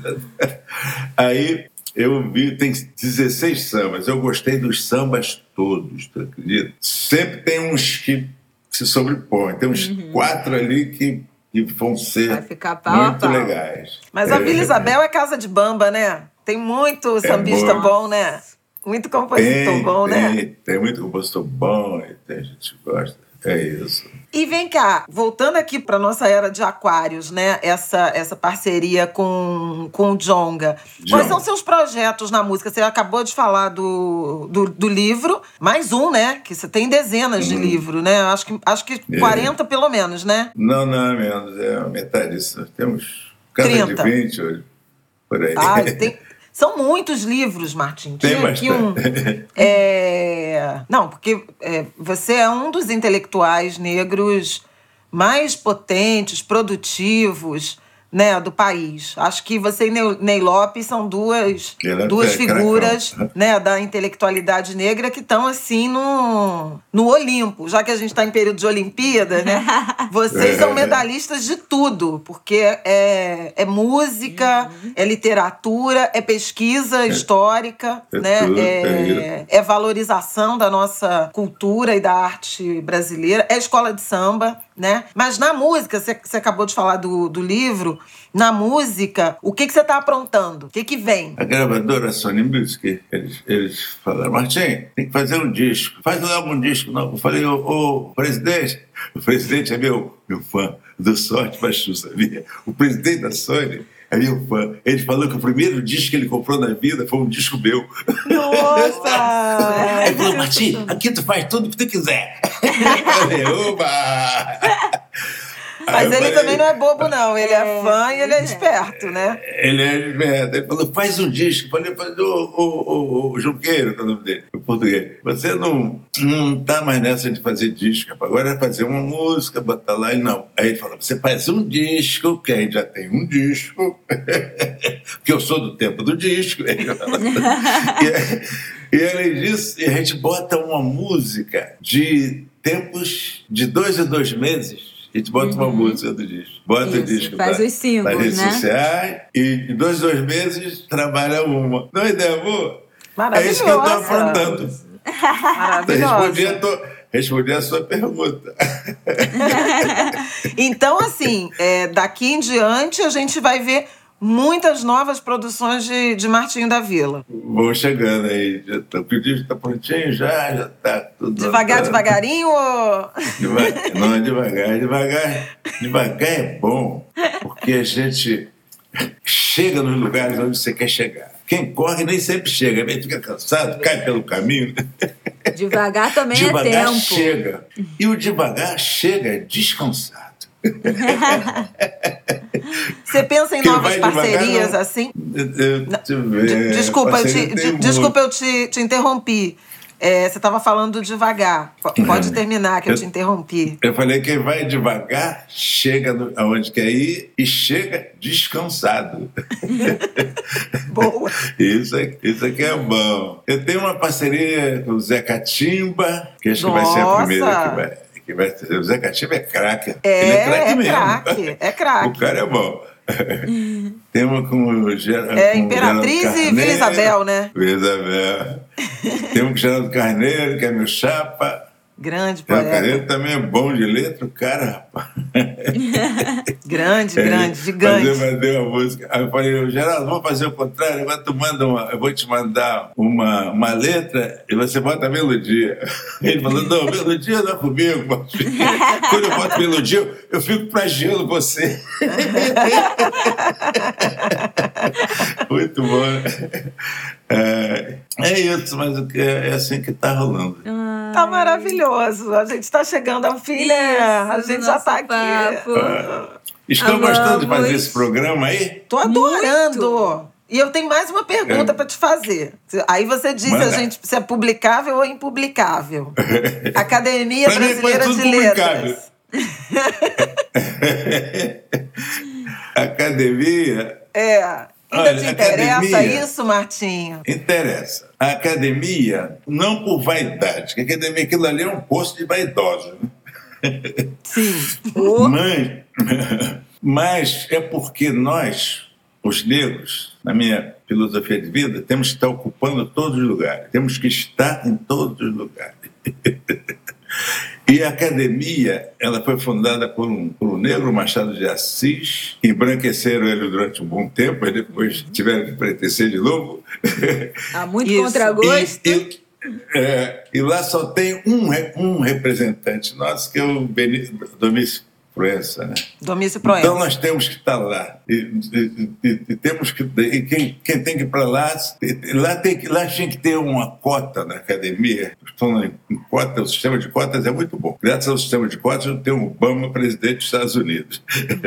Speaker 5: Aí eu vi, tem dezesseis sambas, eu gostei dos sambas todos, tu acredita? Sempre tem uns que se sobrepõem, tem uns
Speaker 1: Uhum.
Speaker 5: quatro ali que, que vão ser
Speaker 1: Vai ficar pau a
Speaker 5: muito
Speaker 1: pau.
Speaker 5: legais.
Speaker 2: Mas a
Speaker 5: É,
Speaker 2: Vila Isabel é casa de bamba, né? Tem muito sambista
Speaker 5: bom.
Speaker 2: bom, né? Muito compositor
Speaker 5: Tem,
Speaker 2: bom,
Speaker 5: tem,
Speaker 2: né?
Speaker 5: tem muito compositor bom, e tem gente que gosta. É isso.
Speaker 2: E vem cá, voltando aqui para nossa era de Aquários, né? Essa, essa parceria com, com o Djonga. Quais são seus projetos na música? Você acabou de falar do, do, do livro, mais um, né? Que você tem dezenas de
Speaker 5: Uhum.
Speaker 2: livros, né? Acho que, acho que
Speaker 5: É.
Speaker 2: quarenta pelo menos, né?
Speaker 5: Não, não é menos, é a metade disso. Temos casa
Speaker 2: trinta.
Speaker 5: de vinte hoje, por aí.
Speaker 2: Ai, tem... São muitos livros, Martim.
Speaker 5: Tem
Speaker 2: Tinha aqui um. É... Não, porque é, você é um dos intelectuais negros mais potentes, produtivos, né, do país. Acho que você e Ney, Ney Lopes são duas,
Speaker 5: Ele é
Speaker 2: duas
Speaker 5: é
Speaker 2: figuras,
Speaker 5: caracol.
Speaker 2: né, da intelectualidade negra que estão assim no, no Olimpo. Já que a gente está em período de Olimpíada, né? Vocês são medalhistas de tudo, porque é, é música,
Speaker 1: Uhum.
Speaker 2: é literatura, é pesquisa histórica,
Speaker 5: é
Speaker 2: né?
Speaker 5: tudo,
Speaker 2: é, é valorização da nossa cultura e da arte brasileira, é escola de samba, né? Mas na música, você, você acabou de falar do, do livro, na música, o que, que você está aprontando? O que, que vem?
Speaker 5: A gravadora Sony Music, eles, eles falaram, Martim, tem que fazer um disco. Faz logo um disco. Não. Eu falei, ô, ô presidente, o presidente é meu, meu fã do Sorte Pachu, sabia? O presidente da Sony é meu fã. Ele falou que o primeiro disco que ele comprou na vida foi um disco meu.
Speaker 2: Nossa!
Speaker 5: Ele falou, Martim, aqui tu faz tudo o que tu quiser. Eu falei, oba! Aí
Speaker 2: Mas
Speaker 5: eu
Speaker 2: ele
Speaker 5: falei,
Speaker 2: também não é bobo, não. Ele é fã e ele é esperto, né?
Speaker 5: Ele é esperto. Ele falou, faz um disco. Eu falei, faz o, o, o, o Junqueiro, que é o nome dele, o português. Você não, não tá mais nessa de fazer disco, rapaz. Agora é fazer uma música, botar lá. Ele não. Aí ele falou, você faz um disco, que a gente já tem um disco, porque eu sou do tempo do disco. e, e além disso, a gente bota uma música de tempos de dois a dois meses. A gente bota uhum. uma música do disco. Bota
Speaker 1: Isso,
Speaker 5: o disco
Speaker 1: faz
Speaker 5: pra,
Speaker 1: os símbolos,
Speaker 5: nas redes
Speaker 1: né?
Speaker 5: sociais e em dois, dois meses trabalha uma. Não é ideia boa?
Speaker 2: Maravilhosa.
Speaker 5: É isso que eu estou afrontando.
Speaker 2: Maravilhosa.
Speaker 5: Respondi a, to... Respondi a sua pergunta.
Speaker 2: Então, assim, é, daqui em diante a gente vai ver muitas novas produções de, de Martinho da Vila.
Speaker 5: Vou chegando aí. Já tá, o disco está prontinho já, já está tudo.
Speaker 2: Devagar,
Speaker 5: tá...
Speaker 2: devagarinho ou...
Speaker 5: Deva... Não é devagar. Devagar, devagar é bom, porque a gente chega nos lugares onde você quer chegar. Quem corre nem sempre chega, fica cansado, cai pelo caminho.
Speaker 1: Devagar também
Speaker 5: devagar
Speaker 1: é tempo.
Speaker 5: Chega. E o devagar chega descansado.
Speaker 2: Você pensa em
Speaker 5: Quem
Speaker 2: novas parcerias
Speaker 5: devagar,
Speaker 2: assim?
Speaker 5: Eu, eu,
Speaker 2: desculpa, eu te, de, desculpa, eu te, te interrompi. É, você estava falando devagar. Pode uhum. terminar, que eu, eu te interrompi.
Speaker 5: Eu falei que quem vai devagar chega no, aonde quer ir e chega descansado.
Speaker 2: Boa.
Speaker 5: Isso, isso aqui é bom. Eu tenho uma parceria com o Zé Catimba, que acho
Speaker 2: Nossa.
Speaker 5: que vai ser a primeira que vai. Que vai ter. O Zé Catimba é craque.
Speaker 2: É,
Speaker 5: Ele é craque
Speaker 2: é
Speaker 5: mesmo.
Speaker 2: Craque, é craque.
Speaker 5: O cara é bom. Temos com o Geraldo
Speaker 2: É Imperatriz e Vila Isabel, né?
Speaker 5: Vila Isabel. Temos com o Geraldo Carneiro, que é meu chapa.
Speaker 2: Grande poeta.
Speaker 5: Geraldo Carneiro também é bom de letra, o cara, rapaz.
Speaker 2: Grande, é, grande, gigante.
Speaker 5: Fazer, fazer uma música. Aí eu falei, Geraldo, vamos fazer o contrário, agora tu manda uma, eu vou te mandar uma, uma letra e você bota a melodia. Ele falou, não, melodia não é comigo, mas quando eu boto melodia, eu fico plagiando você. Muito bom. É, é isso, mas é assim que tá rolando.
Speaker 2: Ah, tá maravilhoso. A gente tá chegando ao fim, né? A gente já tá aqui.
Speaker 5: Ah, estão Amamos. gostando de fazer esse programa aí?
Speaker 2: Tô adorando. Muito. E eu tenho mais uma pergunta é. para te fazer. Aí você diz se, a gente, se é publicável ou impublicável. Academia Brasileira de Letras.
Speaker 5: Academia...
Speaker 2: É... Ainda Olha, te interessa academia, isso, Martinho?
Speaker 5: Interessa. A academia, não por vaidade, porque a academia, aquilo ali é um posto de vaidosos. Né?
Speaker 2: Sim.
Speaker 5: Mas, mas é porque nós, os negros, na minha filosofia de vida, temos que estar ocupando todos os lugares. Temos que estar em todos os lugares. E a academia, ela foi fundada por um, por um negro, Machado de Assis, que embranqueceram ele durante um bom tempo, e depois tiveram que pretecer de novo.
Speaker 1: Há muito contragosto.
Speaker 5: E, e, É, e lá só tem um, um representante nosso, que é o Domício Proença, né?
Speaker 2: Domício Proença.
Speaker 5: Então nós temos que estar lá. E, e, e, e temos que, e quem, quem tem que ir para lá, lá, tem que, lá tinha que ter uma cota na academia. Estão em cota, o sistema de cotas é muito bom. Graças ao sistema de cotas, eu tenho o Obama presidente dos Estados Unidos.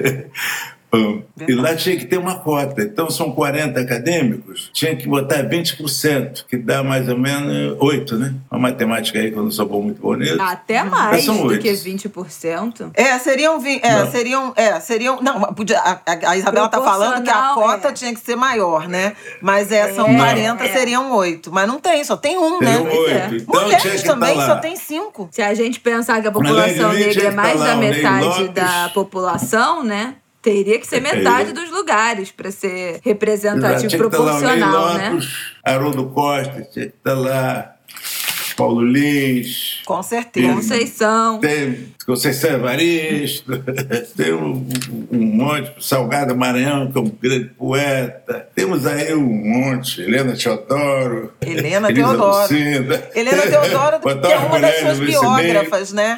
Speaker 5: E lá tinha que ter uma cota. Então, são quarenta acadêmicos, tinha que botar vinte por cento, que dá mais ou menos oito, né? Uma matemática aí que eu não sou bom, muito bonito.
Speaker 1: Até mais do que vinte por cento.
Speaker 2: É, seriam... É, não. seriam, é, seriam não, podia, a, a Isabela tá falando que a cota é. tinha que ser maior, né? Mas é, são é, quarenta, é. seriam oito. Mas não tem, só tem um,
Speaker 5: seriam
Speaker 2: né?
Speaker 5: oito. É. Então,
Speaker 2: mulheres também, só tem cinco.
Speaker 1: Se a gente pensar que a população negra é mais da metade da população, né? Teria que ser metade é. dos lugares para ser representativo, tinha proporcional,
Speaker 5: que
Speaker 1: né?
Speaker 5: Lopes, Haroldo Costa, tinha que estar lá, Paulo Lins.
Speaker 2: Com certeza.
Speaker 1: Conceição.
Speaker 5: Tem Conceição Evaristo, tem um, um monte, Salgado Maranhão, que é um grande poeta. Temos aí um monte, Helena Teodoro.
Speaker 2: Helena Teodoro.
Speaker 5: Lucinda.
Speaker 2: Helena Teodoro, que é uma das suas biógrafas, né?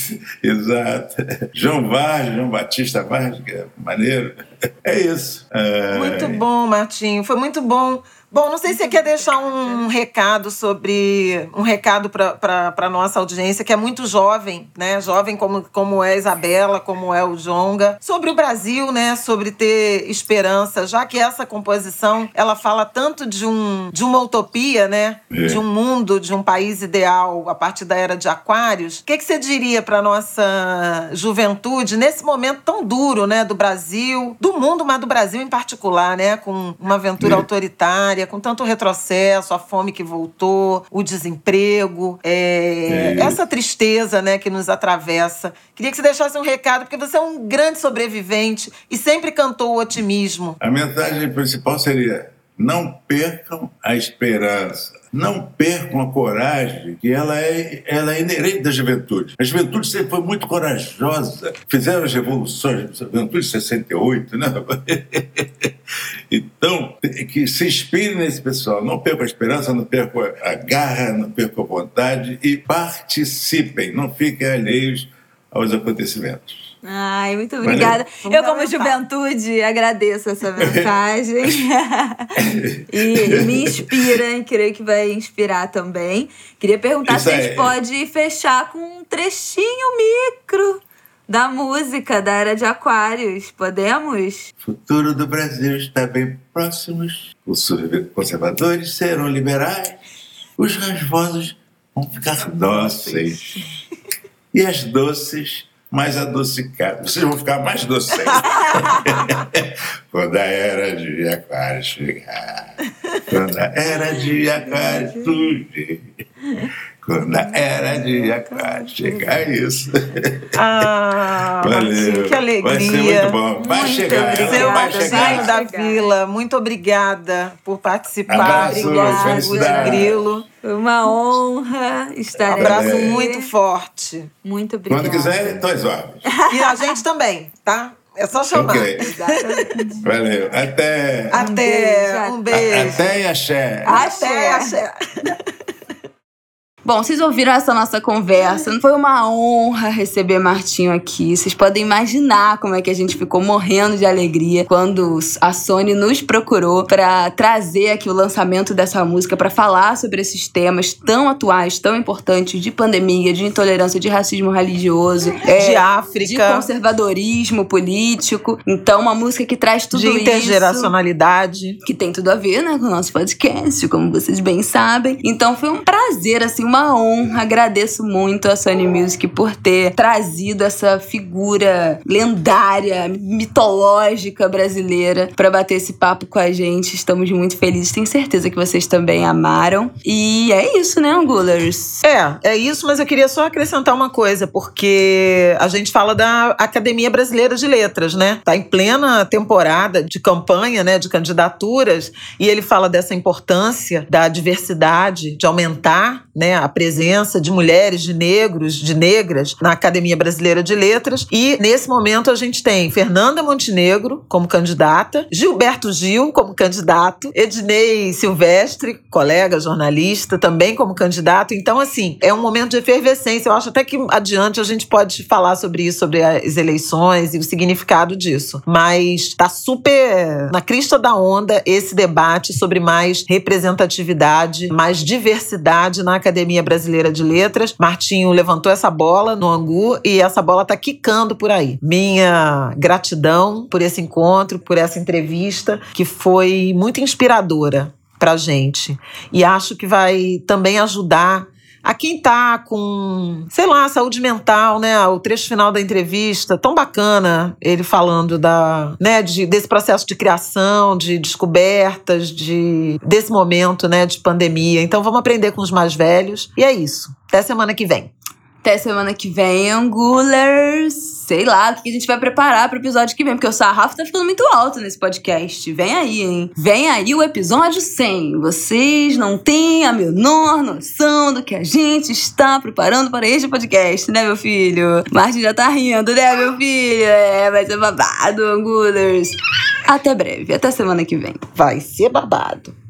Speaker 5: Exato. João Vargas, João Batista Vargas, que é maneiro. É isso. É...
Speaker 2: Muito bom, Martinho. Foi muito bom. Bom, não sei se você quer deixar um recado sobre... Um recado para a nossa audiência, que é muito jovem, né? Jovem como, como é a Isabela, como é o Djonga. Sobre o Brasil, né? Sobre ter esperança, já que essa composição, ela fala tanto de, um, de uma utopia, né? É. De um mundo, de um país ideal a partir da Era de Aquários. O que, que você diria para a nossa juventude nesse momento tão duro, né? Do Brasil, do mundo, mas do Brasil em particular, né? Com uma aventura é. autoritária, com tanto retrocesso, a fome que voltou, o desemprego, é, é essa tristeza, né, que nos atravessa. Queria que você deixasse um recado, porque você é um grande sobrevivente e sempre cantou o otimismo.
Speaker 5: A mensagem principal seria: não percam a esperança. Não percam a coragem, que ela é, ela é inerente da juventude. A juventude sempre foi muito corajosa. Fizeram as revoluções, a juventude de sessenta e oito, né? Então, que se inspire nesse pessoal. Não percam a esperança, não percam a garra, não percam a vontade e participem. Não fiquem alheios aos acontecimentos.
Speaker 1: Ai, muito obrigada. Valeu. Eu, como juventude, agradeço essa mensagem. e, e me inspira, e creio que vai inspirar também. Queria perguntar Isso se a gente é... pode fechar com um trechinho micro da música da Era de Aquários. Podemos?
Speaker 5: O futuro do Brasil está bem próximo. Os conservadores serão liberais. Os rasvosos vão ficar dóceis. E as doces... mais adocicados. Vocês vão ficar mais doces. Quando a Era de Aquários chegar. Quando a Era de Aquários surgir. Quando a Era de Aquários chegar. É isso.
Speaker 2: Ah,
Speaker 5: valeu.
Speaker 2: Que alegria.
Speaker 5: Vai ser muito bom. Vai muito chegar.
Speaker 2: Seu
Speaker 5: vai chegar.
Speaker 2: da Vila, muito obrigada por participar.
Speaker 5: Abraço,
Speaker 2: obrigada, Grilo.
Speaker 1: Foi uma honra estar
Speaker 2: aqui. Um abraço
Speaker 1: aí.
Speaker 2: muito forte.
Speaker 1: Muito obrigada.
Speaker 5: Quando quiser, dois ordens.
Speaker 2: E a gente também, tá? É só chamar.
Speaker 5: Okay. Valeu. Até.
Speaker 2: Até. Um beijo.
Speaker 5: Até e axé.
Speaker 2: Até, axé.
Speaker 1: Bom, vocês ouviram essa nossa conversa. Foi uma honra receber Martinho aqui. Vocês podem imaginar como é que a gente ficou morrendo de alegria quando a Sony nos procurou para trazer aqui o lançamento dessa música, para falar sobre esses temas tão atuais, tão importantes, de pandemia, de intolerância, de racismo religioso,
Speaker 2: de é, África,
Speaker 1: de conservadorismo político. Então, uma música que traz tudo
Speaker 2: de
Speaker 1: isso. De
Speaker 2: intergeracionalidade.
Speaker 1: Que tem tudo a ver, né, com o nosso podcast, como vocês bem sabem. Então, foi um prazer, assim, uma honra. Agradeço muito a Sony Music por ter trazido essa figura lendária, mitológica brasileira para bater esse papo com a gente. Estamos muito felizes. Tenho certeza que vocês também amaram. E é isso, né, Angulers?
Speaker 2: É, é isso, mas eu queria só acrescentar uma coisa, porque a gente fala da Academia Brasileira de Letras, né? Tá em plena temporada de campanha, né, de candidaturas, e ele fala dessa importância da diversidade, de aumentar, né, a presença de mulheres, de negros, de negras na Academia Brasileira de Letras. E nesse momento a gente tem Fernanda Montenegro como candidata, Gilberto Gil como candidato, Ednei Silvestre, colega jornalista, também como candidato. Então, assim, é um momento de efervescência. Eu acho até que adiante a gente pode falar sobre isso, sobre as eleições e o significado disso. Mas tá super na crista da onda esse debate sobre mais representatividade, mais diversidade na Academia Brasileira de Letras. Martinho levantou essa bola no Angu e essa bola tá quicando por aí. Minha gratidão por esse encontro, por essa entrevista, que foi muito inspiradora pra gente. E acho que vai também ajudar a quem tá com, sei lá, saúde mental, né? O trecho final da entrevista, tão bacana, ele falando da, né, de, desse processo de criação, de descobertas, de, desse momento, né, de pandemia. Então vamos aprender com os mais velhos. E é isso. Até semana que vem.
Speaker 1: Até semana que vem, Angulers. Sei lá o que a gente vai preparar pro episódio que vem, porque o sarrafo tá ficando muito alto nesse podcast. Vem aí, hein? Vem aí o episódio cem. Vocês não têm a menor noção do que a gente está preparando para este podcast, né, meu filho? Martin já tá rindo, né, meu filho? É, vai ser babado, Angulers. Até breve, até semana que vem.
Speaker 2: Vai ser babado.